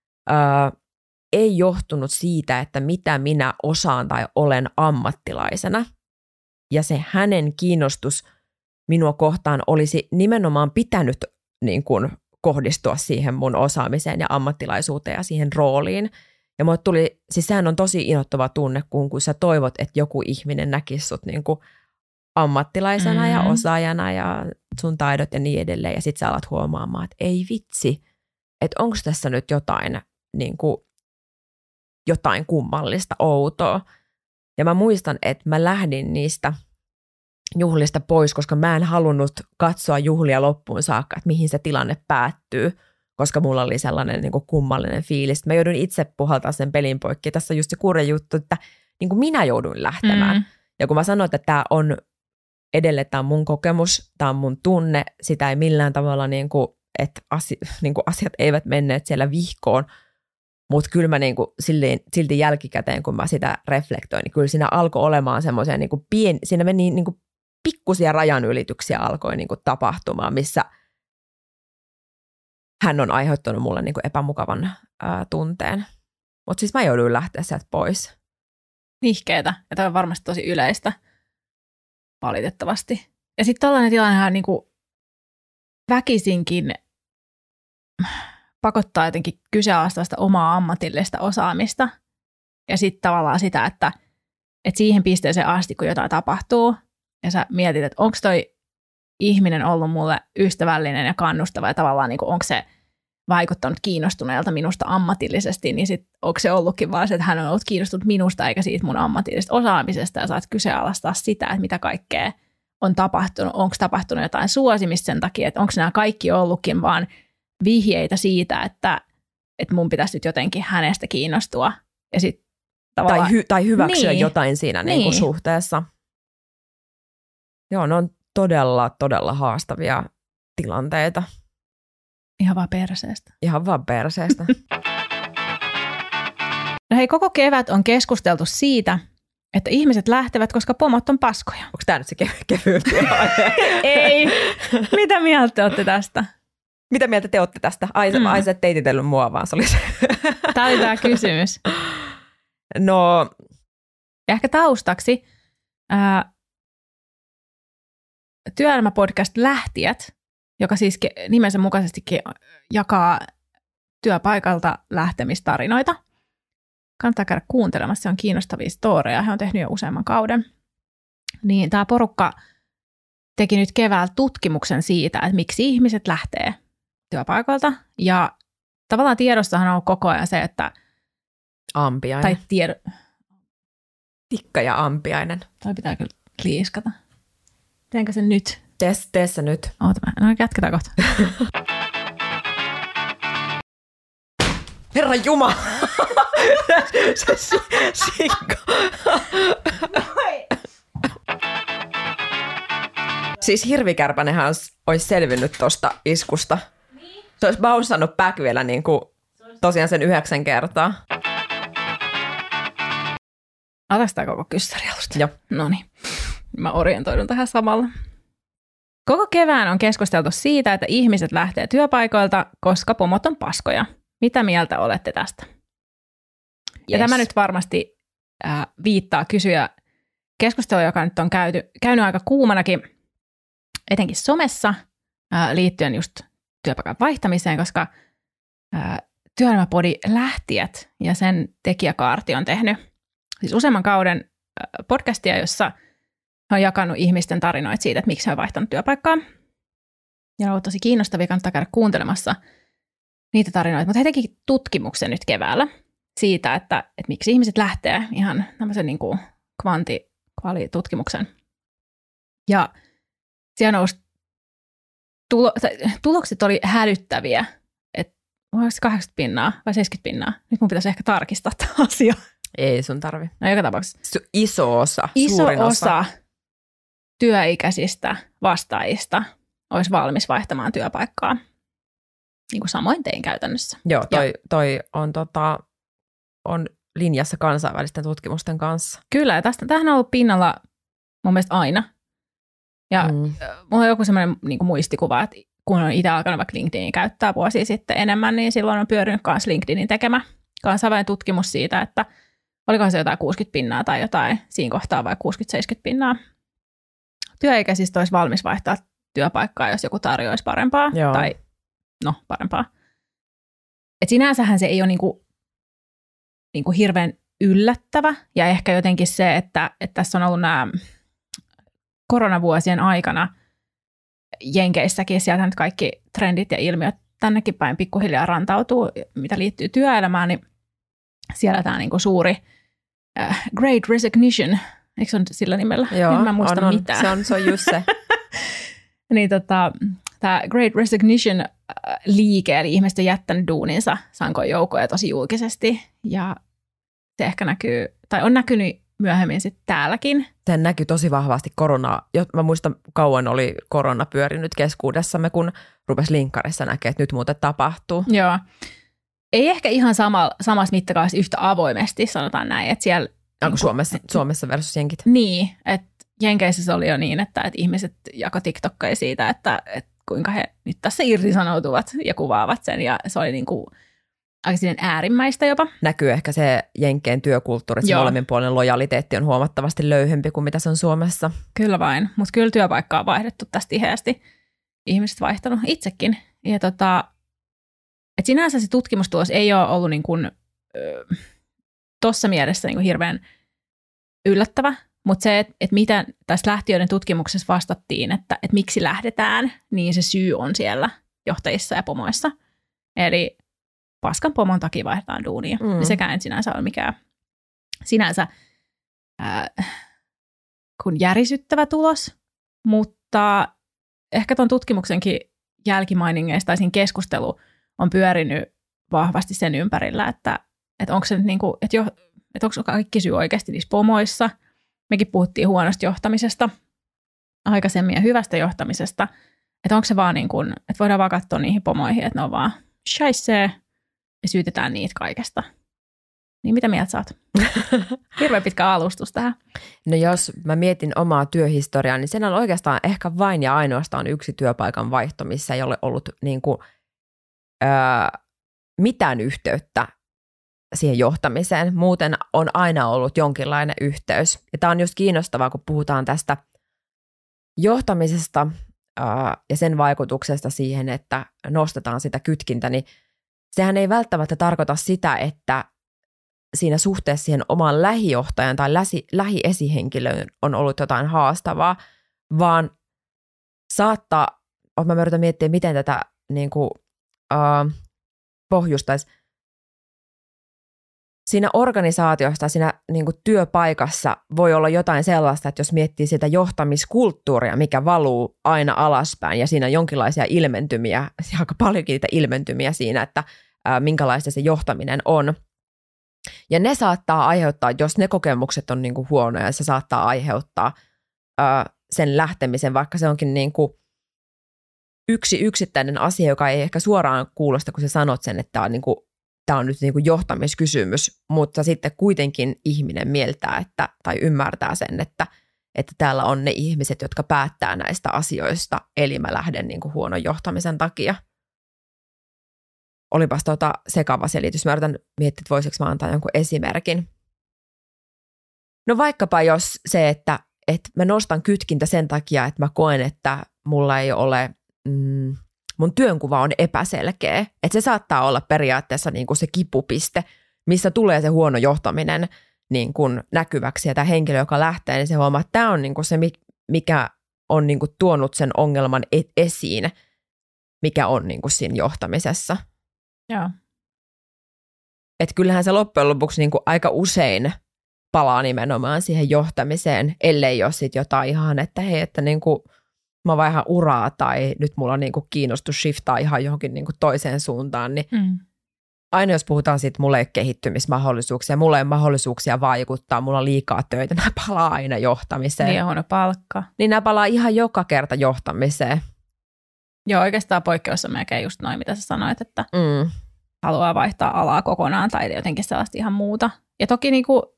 ei johtunut siitä, että mitä minä osaan tai olen ammattilaisena. Ja se hänen kiinnostus minua kohtaan olisi nimenomaan pitänyt niin kuin kohdistua siihen mun osaamiseen ja ammattilaisuuteen ja siihen rooliin. Ja mulle tuli, siis sehän on tosi innoittava tunne, kun sä toivot, että joku ihminen näkisi sut niin kuin ammattilaisena ja osaajana ja sun taidot ja niin edelleen. Ja sit sä alat huomaamaan, että ei vitsi, että onko tässä nyt jotain, niin kuin, jotain kummallista, outoa. Ja mä muistan, että mä lähdin niistä juhlista pois, koska mä en halunnut katsoa juhlia loppuun saakka, että mihin se tilanne päättyy, koska mulla oli sellainen niin kuin kummallinen fiilis. Mä joudun itse puhaltaa sen pelin poikki. Tässä on just se kurja juttu, että niin kuin minä jouduin lähtemään. Ja kun mä sanoin, että tämä on edelleen, tämä on mun kokemus, tämä on mun tunne, sitä ei millään tavalla, niin kuin, että niin kuin asiat eivät menneet siellä vihkoon, mutta kyllä mä niin kuin silti jälkikäteen, kun mä sitä reflektoin, niin kyllä siinä alkoi olemaan semmoisia, niin kuin siinä meni niin kuin pikkusia rajanylityksiä alkoi niin kuin tapahtumaan, missä hän on aiheuttanut mulle niin kuin epämukavan tunteen. Mutta siis mä jouduin lähteä sieltä pois. Nihkeetä, ja tämä on varmasti tosi yleistä, valitettavasti. Ja sitten tällainen tilannehan niin kuin väkisinkin pakottaa jotenkin kyseenalaistaa sitä omaa ammatillista osaamista. Ja sitten tavallaan sitä, että siihen pisteeseen asti, kun jotain tapahtuu, ja sä mietit, että onko toi ihminen ollut mulle ystävällinen ja kannustava, ja tavallaan niin onko se vaikuttanut kiinnostuneelta minusta ammatillisesti, niin sitten onko se ollutkin vaan se, että hän on ollut kiinnostunut minusta eikä siitä mun ammatillisesta osaamisesta, ja saat kyseenalaistaa sitä, että mitä kaikkea on tapahtunut, onko tapahtunut jotain suosimista sen takia, että onko nämä kaikki ollutkin vaan vihjeitä siitä, että mun pitäisi nyt jotenkin hänestä kiinnostua. Ja sitten tavallaan. Tai hyväksyä jotain siinä niin kuin suhteessa. Joo, ne on todella, todella haastavia tilanteita. Ihan vaan perseestä. Ihan vaan perseestä. No hei, koko kevät on keskusteltu siitä, että ihmiset lähtevät, koska pomot on paskoja. Onko tämä nyt se kevyempi? Ei. Mitä mieltä te olette tästä? Mitä mieltä te olette tästä? Ai sä et teititellyt mua vaan, se oli se. Tämä oli tämä kysymys. No. Ehkä taustaksi työelämäpodcast Lähtijät, joka siis nimensä mukaisesti jakaa työpaikalta lähtemistarinoita. Kannattaa käydä kuuntelemassa, se on kiinnostavia storeja, he on tehnyt jo useamman kauden. Niin tämä porukka teki nyt keväällä tutkimuksen siitä, että miksi ihmiset lähtee työpaikalta. Ja tavallaan tiedossahan on ollut koko ajan se, että ampiainen. Tai tikka ja ampiainen. Toi pitää kyllä liiskata. Teenkö sen nyt? Tee se nyt. No jatketaan kohta. Herra Jumala! Se sikko. Siis hirvikärpänenhän olisi selvinnyt tuosta iskusta. Se olisi bounsannut back vielä niin kuin tosiaan sen 9 kertaa. Otas tää koko kyssäri alusta. Joo. Noniin. Mä orientoidun tähän samalla. Koko kevään on keskusteltu siitä, että ihmiset lähtee työpaikoilta, koska pomot on paskoja. Mitä mieltä olette tästä? Yes. Ja tämä nyt varmasti viittaa kysyä keskustelua, joka nyt on käynyt aika kuumanakin, etenkin somessa, liittyen just työpaikan vaihtamiseen, koska Työelämäpodi Lähtijät ja sen tekijäkaarti on tehnyt siis useamman kauden podcastia, jossa he on jakanut ihmisten tarinoita siitä, että miksi he on vaihtanut työpaikkaa. Ja ne ovat tosi kiinnostavia, kannattaa käydä kuuntelemassa niitä tarinoita. Mutta he teki tutkimuksen nyt keväällä siitä, että miksi ihmiset lähtee, ihan tämmöisen niin kuin kvantitutkimuksen. Ja siellä nousi tulokset oli hälyttäviä, että onko se 80% vai 70%? Nyt mun pitäisi ehkä tarkistaa tämä asia. Ei sun tarvi. No joka tapauksessa. Iso osa. Iso osa työikäisistä vastaajista olisi valmis vaihtamaan työpaikkaa. Niin kuin samoin tein käytännössä. Joo, toi on linjassa kansainvälisten tutkimusten kanssa. Kyllä, ja tämähän on ollut pinnalla mun mielestä aina. Ja mulla on joku semmoinen niin kuin muistikuva, että kun on itse alkanut vaikka LinkedInin käyttää vuosia sitten enemmän, niin silloin on pyörinyt myös LinkedInin tekemä kansainvälinen tutkimus siitä, että olikohan se jotain 60% tai jotain siinä kohtaa vai 60-70%. Työikäisistä olisi valmis vaihtaa työpaikkaa, jos joku tarjoaisi parempaa. Joo. Tai parempaa. Et sinänsähän se ei ole niinku hirveän yllättävä. Ja ehkä jotenkin se, että tässä on ollut nämä koronavuosien aikana Jenkeissäkin, sieltä nyt kaikki trendit ja ilmiöt tännekin päin pikkuhiljaa rantautuu, mitä liittyy työelämään, niin siellä tämä niinku suuri Great Resignation, eikö se ole sillä nimellä? Joo, en mä muista mitään. Se on just se. Niin tämä Great Resignation liike, eli ihmiset on jättänyt duuninsa sankoin joukkoja tosi julkisesti, ja se ehkä näkyy, tai on näkynyt myöhemmin sitten täälläkin. Se näkyy tosi vahvasti koronaa. Mä muistan, kauan oli korona pyörinyt keskuudessamme, kun rupesi linkkarissa näkee, että nyt muuten tapahtuu. Joo. Ei ehkä ihan samassa mittakaavassa yhtä avoimesti, sanotaan näin. Että siellä, onko Suomessa versus jenkit? Niin, että Jenkeissä se oli jo niin, että ihmiset jakoi TikTokkeja siitä, että kuinka he nyt tässä irtisanoutuvat ja kuvaavat sen. Ja se oli niin kuin aika äärimmäistä jopa. Näkyy ehkä se jenkkeen työkulttuuri, että se molemminpuolinen lojaliteetti on huomattavasti löyhempi kuin mitä se on Suomessa. Kyllä vain, mutta kyllä työpaikkaa on vaihdettu tästä tiheästi. Ihmiset vaihtanut itsekin. Ja et sinänsä se tutkimustulos ei ole ollut niin kuin tuossa mielessä niin kuin hirveän yllättävä, mutta se, että mitä tässä lähtiöiden tutkimuksessa vastattiin, että miksi lähdetään, niin se syy on siellä johtajissa ja pomoissa. Eli paskan pomon takia vaihdetaan duunia. Ja sekään ei sinänsä ole mikään sinänsä kun järisyttävä tulos, mutta ehkä tuon tutkimuksenkin jälkimainingeista tai siinä keskustelu on pyörinyt vahvasti sen ympärillä, että onko se nyt niin kuin, että että onko kaikki syy oikeasti niissä pomoissa. Mekin puhuttiin huonosta johtamisesta aikaisemmin ja hyvästä johtamisesta. Että onko se vaan niin kuin, että voidaan vaan katsoa niihin pomoihin, että ne on vaan scheissee ja syytetään niitä kaikesta. Niin mitä mieltä sä oot? Hirveän pitkä alustus tähän. No jos mä mietin omaa työhistoriaa, niin sen on oikeastaan ehkä vain ja ainoastaan yksi työpaikan vaihto, missä ei ole ollut niin kuin, mitään yhteyttä siihen johtamiseen. Muuten on aina ollut jonkinlainen yhteys. Ja tämä on just kiinnostavaa, kun puhutaan tästä johtamisesta ja sen vaikutuksesta siihen, että nostetaan sitä kytkintä, niin sehän ei välttämättä tarkoita sitä, että siinä suhteessa siihen omaan lähijohtajan tai lähiesihenkilöön on ollut jotain haastavaa, vaan saattaa, mä yritän miettiä, miten tätä niin kuin, pohjustaisi. Siinä organisaatiossa, siinä niin kuin työpaikassa voi olla jotain sellaista, että jos miettii sitä johtamiskulttuuria, mikä valuu aina alaspäin ja siinä on jonkinlaisia ilmentymiä, aika paljonkin niitä ilmentymiä siinä, että minkälaista se johtaminen on. Ja ne saattaa aiheuttaa, jos ne kokemukset on niin kuin huonoja, se saattaa aiheuttaa sen lähtemisen, vaikka se onkin niin kuin yksi yksittäinen asia, joka ei ehkä suoraan kuulosta, kun sä sanot sen, että tämä on nyt niin kuin johtamiskysymys, mutta sitten kuitenkin ihminen mieltää tai ymmärtää sen, että täällä on ne ihmiset, jotka päättää näistä asioista, eli mä lähden niin kuin huonon johtamisen takia. Olipas sekava selitys. Mä yritän miettiä, että voisiko mä antaa jonkun esimerkin. No vaikkapa jos se, että mä nostan kytkintä sen takia, että mä koen, että mulla ei ole, mun työnkuva on epäselkeä. Että se saattaa olla periaatteessa niin kuin se kipupiste, missä tulee se huono johtaminen niin kuin näkyväksi. Ja tämä henkilö, joka lähtee, niin se huomaa, että tämä on niin kuin se, mikä on niin kuin tuonut sen ongelman esiin, mikä on niin kuin siinä johtamisessa. Joo. Että kyllähän se loppujen lopuksi niin kuin aika usein palaa nimenomaan siihen johtamiseen, ellei ole sitten jotain ihan, että hei, että niin kuin mä vaihdan uraa tai nyt mulla on niin kuin kiinnostus shiftaa ihan johonkin niin kuin toiseen suuntaan, niin aina jos puhutaan siitä, että mulla ei ole kehittymismahdollisuuksia, mulla ei ole mahdollisuuksia vaikuttaa, mulla on liikaa töitä, nämä palaa aina johtamiseen. Niin huono palkka. Niin nämä palaa ihan joka kerta johtamiseen. Joo, oikeastaan poikkeus on melkein just noin, mitä sä sanoit, että haluaa vaihtaa alaa kokonaan tai jotenkin sellaista ihan muuta. Ja toki niinku,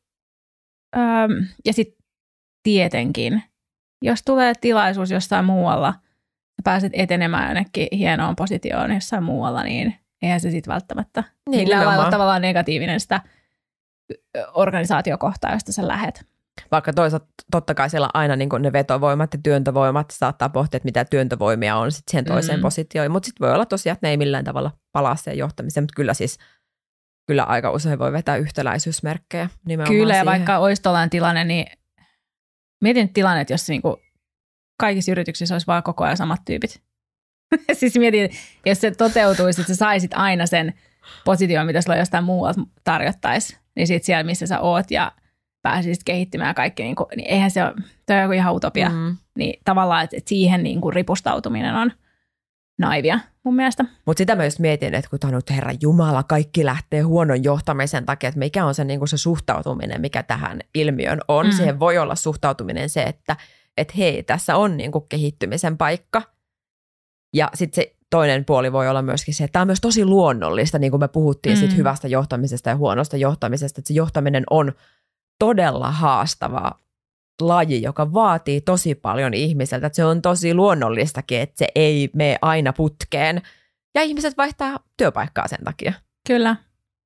ja sitten tietenkin, jos tulee tilaisuus jossain muualla ja pääset etenemään jonnekin hienoon positioon jossain muualla, niin eihän se sitten välttämättä millään lailla tavallaan negatiivinen sitä organisaatiokohtaa, josta sä lähet. Vaikka toisaalta totta kai siellä aina niin ne vetovoimat ja työntövoimat saattaa pohtia, että mitä työntövoimia on sitten siihen toiseen positioon. Mutta sitten voi olla tosiaan, että ne ei millään tavalla palaa siihen johtamiseen, mutta kyllä aika usein voi vetää yhtäläisyysmerkkejä nimenomaan Kyllä, siihen. Ja vaikka olisi tuollainen tilanne, niin mietin nyt tilanne, jos niinku kaikissa yrityksissä olisi vaan koko ajan samat tyypit. Siis mietin, jos se toteutuisi, että sä saisit aina sen position, mitä sulla jostain muualta tarjottaisi, niin sitten siellä, missä sä oot ja pääsisit kehittymään kaikki, niin eihän se ole, toi on joku ihan utopia. Niin tavallaan, että siihen niin kuin ripustautuminen on naivia mun mielestä. Mutta sitä mä just mietin, että kun tämä on nyt Herran Jumala, kaikki lähtee huonon johtamisen takia, että mikä on se, niin kuin se suhtautuminen, mikä tähän ilmiön on. Siihen voi olla suhtautuminen se, että hei, tässä on niin kuin kehittymisen paikka. Ja sitten se toinen puoli voi olla myöskin se, että tämä on myös tosi luonnollista, niin kuin me puhuttiin siitä hyvästä johtamisesta ja huonosta johtamisesta, että se johtaminen on todella haastava laji, joka vaatii tosi paljon ihmiseltä. Että se on tosi luonnollistakin, että se ei mene aina putkeen. Ja ihmiset vaihtaa työpaikkaa sen takia. Kyllä.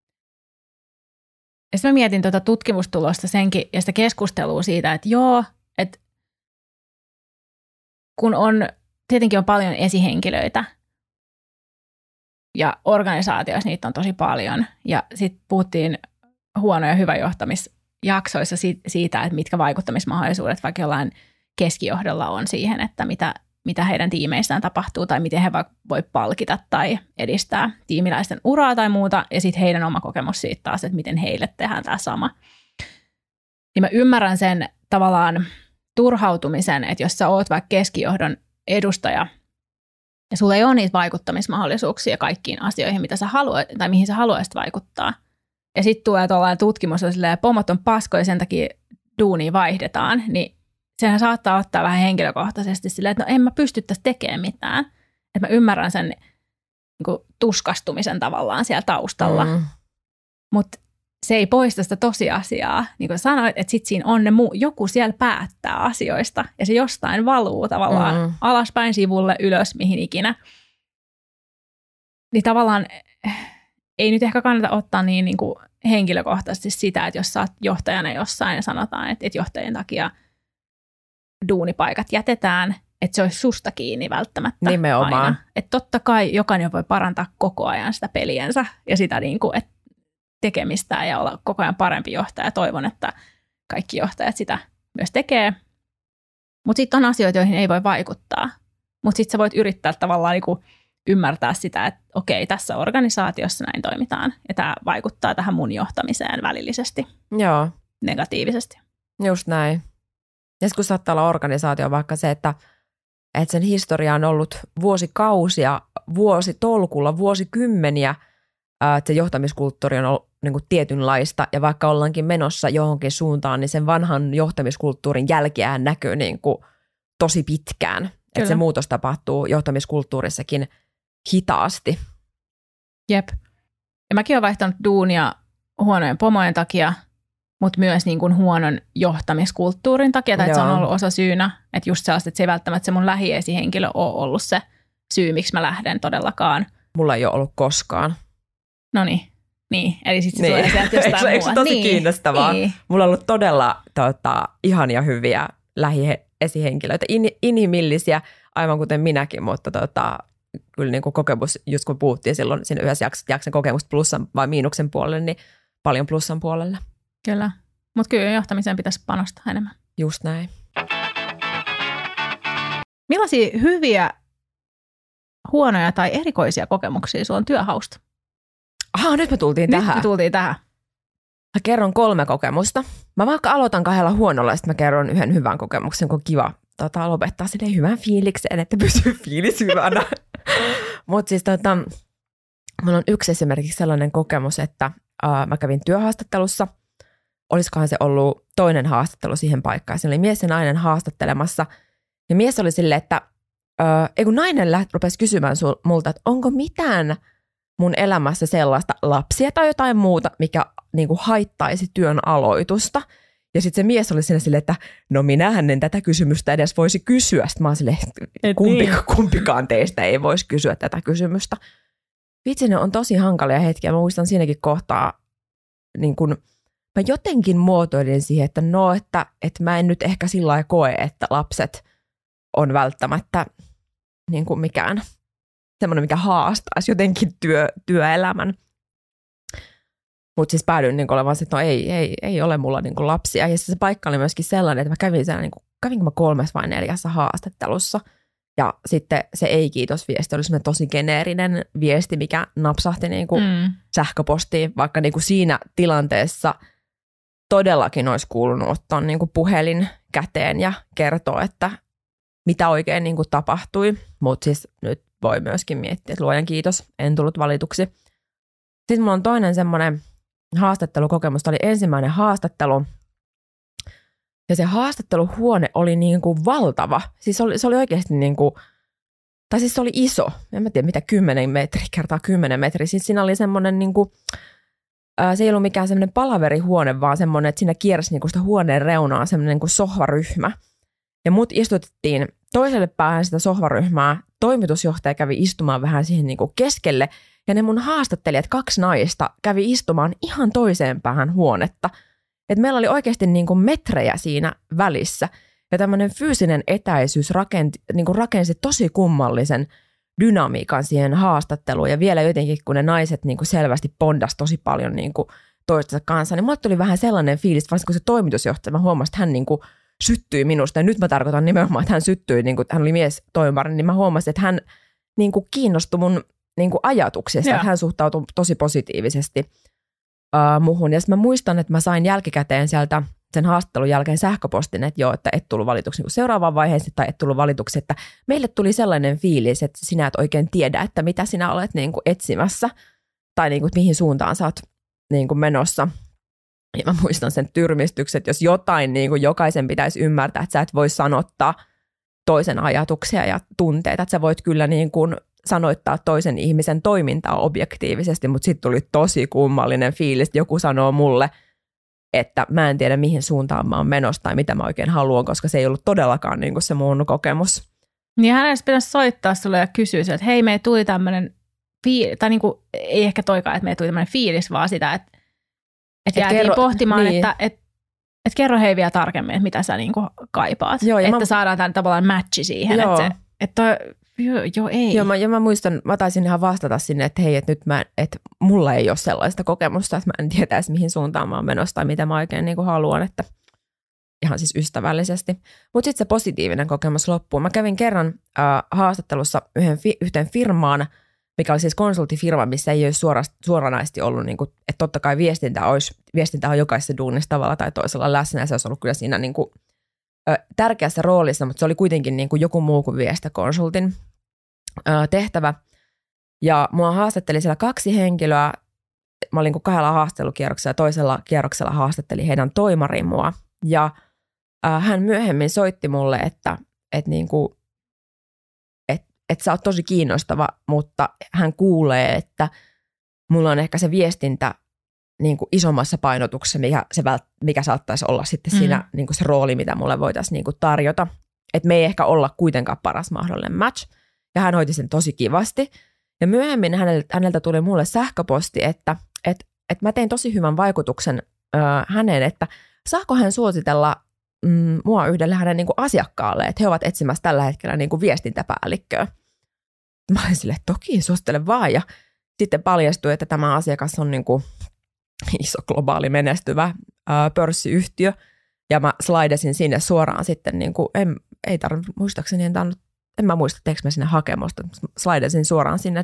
Ja sitten mä mietin tuota tutkimustulosta senkin ja sitä keskustelua siitä, että joo, että kun tietenkin on paljon esihenkilöitä ja organisaatioissa niitä on tosi paljon. Ja sitten puhuttiin huono- ja hyvä johtamisjaksoissa siitä, että mitkä vaikuttamismahdollisuudet vaikka jollain keskijohdolla on siihen, että mitä heidän tiimeissään tapahtuu tai miten he voi palkita tai edistää tiimiläisten uraa tai muuta. Ja sitten heidän oma kokemus siitä taas, että miten heille tehdään tämä sama. Niin mä ymmärrän sen tavallaan turhautumisen, että jos sä oot vaikka keskijohdon edustaja ja sulla ei ole niitä vaikuttamismahdollisuuksia kaikkiin asioihin, mitä sä haluat, tai mihin sä haluaisit vaikuttaa, ja sitten tulee tuollainen tutkimus, että pomot on paskoja, sen takia duunia vaihdetaan, niin sehän saattaa ottaa vähän henkilökohtaisesti silleen, että no en mä pysty tässä tekemään mitään. Että mä ymmärrän sen niin kuin tuskastumisen tavallaan siellä taustalla. Mutta se ei poista sitä tosiasiaa. Niin kuin sanoit, että sitten siinä on joku siellä päättää asioista ja se jostain valuu tavallaan alaspäin sivulle, ylös, mihin ikinä. Niin tavallaan ei nyt ehkä kannata ottaa niin kuin henkilökohtaisesti sitä, että jos sä oot johtajana jossain ja sanotaan, että johtajien takia duunipaikat jätetään, että se olisi susta kiinni välttämättä. Nimenomaan. Aina. Että totta kai jokainen voi parantaa koko ajan sitä peliensä ja sitä niin kuin, että tekemistä ja olla koko ajan parempi johtaja. Toivon, että kaikki johtajat sitä myös tekee. Mutta sitten on asioita, joihin ei voi vaikuttaa. Mutta sitten sä voit yrittää tavallaan niin kuin ymmärtää sitä, että okei, tässä organisaatiossa näin toimitaan. Ja tämä vaikuttaa tähän mun johtamiseen välillisesti. Joo. Negatiivisesti. Just näin. Ja kun saattaa olla organisaatio vaikka se, että sen historia on ollut vuosikausia, vuositolkulla, vuosikymmeniä, että se johtamiskulttuuri on ollut niin kuin tietynlaista, ja vaikka ollaankin menossa johonkin suuntaan, niin sen vanhan johtamiskulttuurin jälkiään näkyy niin kuin tosi pitkään. Että se muutos tapahtuu johtamiskulttuurissakin hitaasti. Jep. Ja mäkin olen vaihtanut duunia huonojen pomojen takia, mutta myös niin kuin huonon johtamiskulttuurin takia, että se on ollut osa syynä. Että just sellaista, että se ei välttämättä se mun lähiesihenkilö ole ollut se syy, miksi mä lähden todellakaan. Mulla ei ole ollut koskaan. No niin. Eli sitten se tulee sieltä jostain muualta. Eikö se tosi kiinnostavaa? Niin. Mulla on ollut todella ihania hyviä lähiesihenkilöitä, inhimillisiä, aivan kuten minäkin, mutta kyllä niin kuin kokemus, just kun puhuttiin silloin siinä yhdessä jakson kokemusta plussan vai miinuksen puolelle, niin paljon plussan puolelle. Kyllä, mutta kyllä johtamiseen pitäisi panostaa enemmän. Just näin. Millaisia hyviä, huonoja tai erikoisia kokemuksia sulla on työhausta? Nyt me tultiin tähän. Mä kerron 3 kokemusta. Mä vaikka aloitan 2 huonolla, sitten mä kerron yhden hyvän kokemuksen, kun on kiva lopettaa silleen hyvän fiilikseen, että pysyy fiilis hyvänä. Mutta siis mulla on yksi esimerkiksi sellainen kokemus, että mä kävin työhaastattelussa. Olisikohan se ollut toinen haastattelu siihen paikkaan. Siinä oli mies ja nainen haastattelemassa. Ja mies oli silleen, että kun nainen rupesi kysymään multa, että onko mitään mun elämässä sellaista lapsia tai jotain muuta, mikä niinku haittaisi työn aloitusta. Ja sitten se mies oli silleen, että no minähän en tätä kysymystä edes voisi kysyä. Sitten mä oon silleen, kumpikaan teistä ei voisi kysyä tätä kysymystä. Vitsi, ne on tosi hankalia hetkiä. Mä muistan siinäkin kohtaa, niin kun mä jotenkin muotoilin siihen, että että mä en nyt ehkä sillä lailla koe, että lapset on välttämättä niin kuin mikään semmoinen, mikä haastaisi jotenkin työelämän. Mutta siis päädyin niin olemaan, että no ei ole mulla niin kuin lapsia. Ja se paikka oli myöskin sellainen, että mä kävin siellä, niin kävinkö mä 3 vai 4 haastattelussa. Ja sitten se ei-kiitos-viesti oli semmoinen tosi geneerinen viesti, mikä napsahti niin kuin sähköpostiin, vaikka niin kuin siinä tilanteessa todellakin olisi kuulunut ottaa niin kuin puhelin käteen ja kertoa, että mitä oikein niin kuin tapahtui. Mutta siis nyt voi myöskin miettiä, että luojan kiitos, en tullut valituksi. Sitten mulla on toinen semmoinen haastattelukokemus. Tämä oli ensimmäinen haastattelu. Ja se haastatteluhuone oli niin kuin valtava. Siis se oli oikeasti niin kuin, tai siis se oli iso. En mä tiedä mitä 10 metriä kertaa 10 metriä. Siis siinä oli semmoinen niin kuin, se ei ollut mikään semmoinen palaverihuone, vaan semmoinen, että siinä kiersi niin kuin sitä huoneen reunaa semmoinen niin kuin sohvaryhmä. Ja mut istutettiin toiselle päähän sitä sohvaryhmää. Toimitusjohtaja kävi istumaan vähän siihen niin kuin keskelle. Ja ne mun haastattelijat, 2 naista, kävi istumaan ihan toiseen päähän huonetta. Et meillä oli oikeasti niin kuin metrejä siinä välissä. Ja tämmöinen fyysinen etäisyys rakensi tosi kummallisen dynamiikan siihen haastatteluun. Ja vielä jotenkin, kun ne naiset niin kuin selvästi bondas tosi paljon niin kuin toistensa kanssa, niin mulle tuli vähän sellainen fiilis, varsinkin kun se toimitusjohtaja, mä huomasin, että hän niin kuin syttyi minusta. Ja nyt mä tarkoitan nimenomaan, että hän syttyi, niin kuin, hän oli mies toimari, niin mä huomasin, että hän niin kuin kiinnostui mun niin kuin ajatuksista, että hän suhtautui tosi positiivisesti muhun. Ja sitten mä muistan, että mä sain jälkikäteen sieltä sen haastattelun jälkeen sähköpostin, että joo, että et tullut valituksi niin seuraavaan vaiheeseen tai et tullut valituksi, että meille tuli sellainen fiilis, että sinä et oikein tiedä, että mitä sinä olet niin kuin etsimässä tai niin kuin, mihin suuntaan sä oot niin kuin menossa. Ja mä muistan sen tyrmistykset, jos jotain niin kuin jokaisen pitäisi ymmärtää, että sä et voi sanottaa toisen ajatuksia ja tunteita, että sä voit kyllä niin kuin sanoittaa toisen ihmisen toimintaa objektiivisesti, mutta sitten tuli tosi kummallinen fiilis, että joku sanoo mulle, että mä en tiedä mihin suuntaan mä oon menossa tai mitä mä oikein haluan, koska se ei ollut todellakaan niin kuin se mun kokemus. Niin hänen pitäisi soittaa sulle ja kysyä, että hei, me tuli tämmöinen fiilis, tai niin kuin, ei ehkä toikaan, että me tuli tämmöinen fiilis, vaan sitä, että jäätiin pohtimaan, niin. että kerro hei vielä tarkemmin, että mitä sä niin kuin kaipaat. Joo, että saadaan tämän tavallaan matchi siihen, ei. Joo, mä muistan, mä taisin ihan vastata sinne, että hei, että nyt että mulla ei ole sellaista kokemusta, että mä en tietäisi mihin suuntaan mä oon menossa tai mitä mä oikein niin kuin haluan, että ihan siis ystävällisesti. Mutta sitten se positiivinen kokemus loppuu. Mä kävin kerran haastattelussa yhteen firmaan, mikä oli siis konsulttifirma, missä ei olisi suoranaisesti ollut, niin kuin, että totta kai viestintä on jokaisessa duunissa tavalla tai toisella läsnä, ja se olisi ollut kyllä siinä niin kuin, tärkeässä roolissa, mutta se oli kuitenkin niin kuin joku muu kuin viestintäkonsultin tehtävä. Ja mua haastatteli siellä 2 henkilöä. Mä olin 2 haastattelukierroksella ja toisella kierroksella haastatteli heidän toimariin mua. Ja hän myöhemmin soitti mulle, että sä oot tosi kiinnostava, mutta hän kuulee, että mulla on ehkä se viestintä niin kuin isommassa painotuksessa, mikä saattaisi olla sitten siinä niin kuin se rooli, mitä mulle voitaisiin niin kuin tarjota. Että me ei ehkä olla kuitenkaan paras mahdollinen match. Ja hän hoiti sen tosi kivasti. Ja myöhemmin häneltä tuli mulle sähköposti, että mä tein tosi hyvän vaikutuksen häneen, että saako hän suositella mua yhdelle hänen niin kuin asiakkaalle, että he ovat etsimässä tällä hetkellä niin kuin viestintäpäällikköä. Mä olin silleen, toki suosittele vaan. Ja sitten paljastui, että tämä asiakas on niin kuin iso globaali menestyvä pörssiyhtiö. Ja mä slaidasin sinne suoraan sitten, niin kuin, ei tarvitse muistaakseni, en mä muista, teekö mä sinne hakemusta. Slaidasin suoraan sinne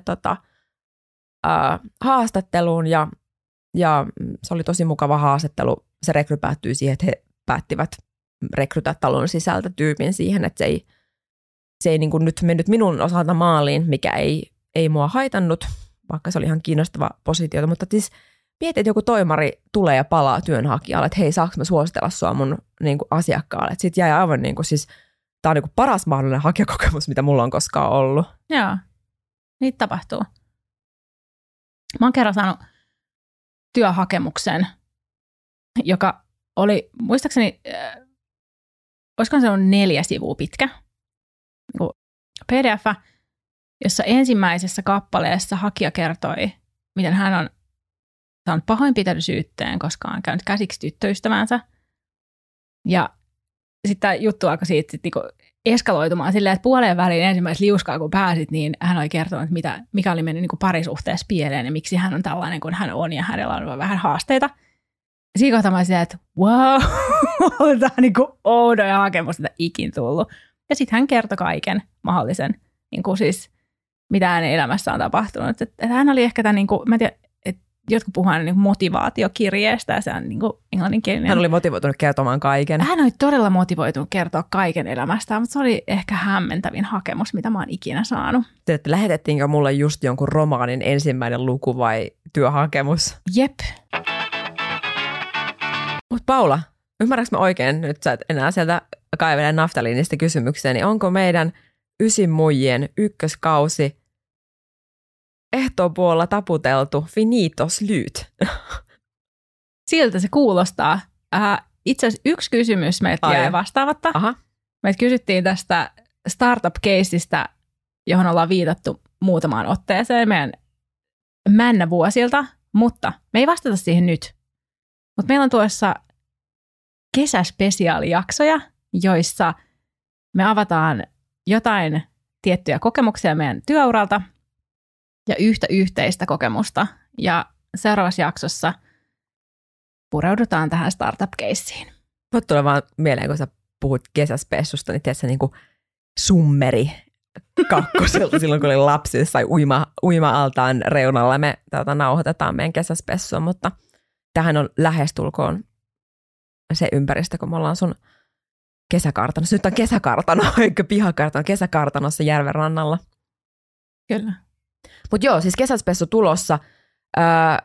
haastatteluun ja se oli tosi mukava haastattelu. Se rekry päättyi siihen, että he päättivät rekrytä talon sisältä tyypin siihen, että se ei niin kuin nyt mennyt minun osalta maaliin, mikä ei mua haitannut, vaikka se oli ihan kiinnostava positio. Mutta siis mietin, että joku toimari tulee ja palaa työnhakijalle, että hei, saanko mä suositella sua mun niin kuin asiakkaalle. Sitten jäi aivan niin kuin siis, tää on niin kuin paras mahdollinen hakijakokemus, mitä mulla on koskaan ollut. Joo, niitä tapahtuu. Mä oon kerran saanut työhakemuksen, joka oli, muistaakseni, olisiko se on 4 sivua pitkä PDF, jossa ensimmäisessä kappaleessa hakija kertoi, miten hän on saanut pahoinpitelysyytteen, koska on käynyt käsiksi tyttöystävänsä. Ja sitten tämä juttu alkoi siitä niinku eskaloitumaan silleen, että puoleen väliin ensimmäisessä liuskaa, kun pääsit, niin hän oli kertonut, mikä oli mennyt niinku parisuhteessa pieleen ja miksi hän on tällainen kuin hän on ja hänellä on vähän haasteita. Siinä kohtaa mä olin silleen, että wow, tämä on niinku oudoja hakemus, että ikin tullut. Ja sitten hän kertoi kaiken mahdollisen, niinku siis mitä hänen elämässä on tapahtunut. Että hän oli ehkä tämä, niinku, mä en tiedä, että jotkut puhuvat niinku motivaatiokirjeestä ja se on niinku englanninkielinen. Hän oli motivoitunut kertomaan kaiken. Hän oli todella motivoitunut kertoa kaiken elämästään, mutta se oli ehkä hämmentävin hakemus, mitä mä oon ikinä saanut. Lähetettiinkö mulle just jonkun romaanin ensimmäinen luku vai työhakemus? Jep. Mutta Paula, ymmärrätkö mä oikein, nyt sä et enää sieltä kaivele naftaliinista kysymyksiä, niin onko meidän 9 muijien ykköskausi ehtoopuolella taputeltu finito slut? Siltä se kuulostaa. Itse asiassa yksi kysymys meiltä jäi vastaamatta. Aha. Meiltä kysyttiin tästä startup-keisistä, johon ollaan viitattu muutamaan otteeseen meidän männävuosilta, mutta me ei vastata siihen nyt. Mutta meillä on tuossa kesäspesiaalijaksoja, joissa me avataan jotain tiettyjä kokemuksia meidän työuralta ja yhtä yhteistä kokemusta. Ja seuraavassa jaksossa pureudutaan tähän startup-keissiin. Voit tulla vaan mieleen, kun sä puhut kesäspessusta, niin tiedät sä niin kuin summeri kakkoselta silloin, kun oli lapsi tai uima-altaan reunalla. Me nauhoitetaan meidän kesäspessua, mutta tähän on lähestulkoon se ympäristö, kun me ollaan sun kesäkartanossa. Nyt on kesäkartano, eikä pihakartano, kesäkartanossa järven rannalla. Kyllä. Mutta joo, siis kesäspessu tulossa.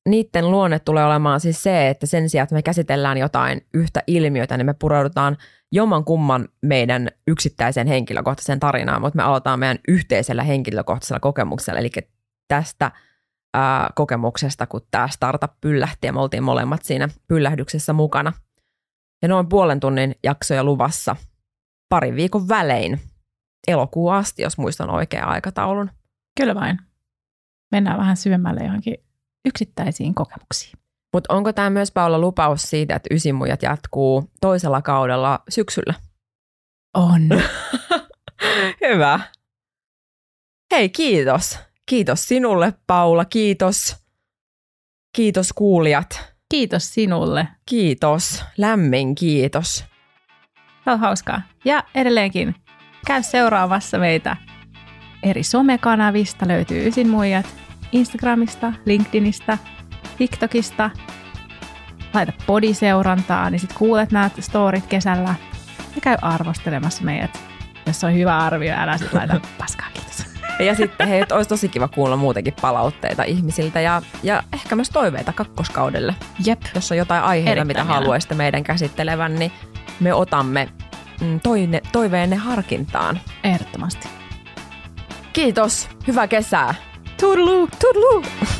niiden luonne tulee olemaan siis se, että sen sijaan, että me käsitellään jotain yhtä ilmiötä, niin me pureudutaan jomman kumman meidän yksittäiseen henkilökohtaiseen tarinaan, mutta me aloitetaan meidän yhteisellä henkilökohtaisella kokemuksella, eli tästä kokemuksesta, kun tämä startup pyllähti ja me oltiin molemmat siinä pyllähdyksessä mukana. Ja noin 0,5 tunnin jaksoja luvassa parin viikon välein elokuun asti, jos muistan oikean aikataulun. Kyllä vain. Mennään vähän syvemmälle johonkin yksittäisiin kokemuksiin. Mutta onko tämä myös, Paula, lupaus siitä, että Ysimujat jatkuu toisella kaudella syksyllä? On. Hyvä. Hei, kiitos. Kiitos sinulle, Paula. Kiitos. Kiitos kuulijat. Kiitos sinulle. Kiitos. Lämmin kiitos. Se on hauskaa. Ja edelleenkin käy seuraamassa meitä eri somekanavista. Löytyy Ysinmuijat Instagramista, LinkedInistä, TikTokista. Laita podiseurantaa, niin sit kuulet nämä storit kesällä. Ja käy arvostelemassa meidät. Jos on hyvä arvio, älä sit laita paskaa. Kiitos. Ja sitten hei, olisi tosi kiva kuulla muutenkin palautteita ihmisiltä ja ehkä myös toiveita kakkoskaudelle. Jep. Jos on jotain aiheita, mitä haluaisitte meidän käsittelevän, niin me otamme toiveenne harkintaan. Ehdottomasti. Kiitos. Hyvää kesää. Toodaloo. Toodaloo.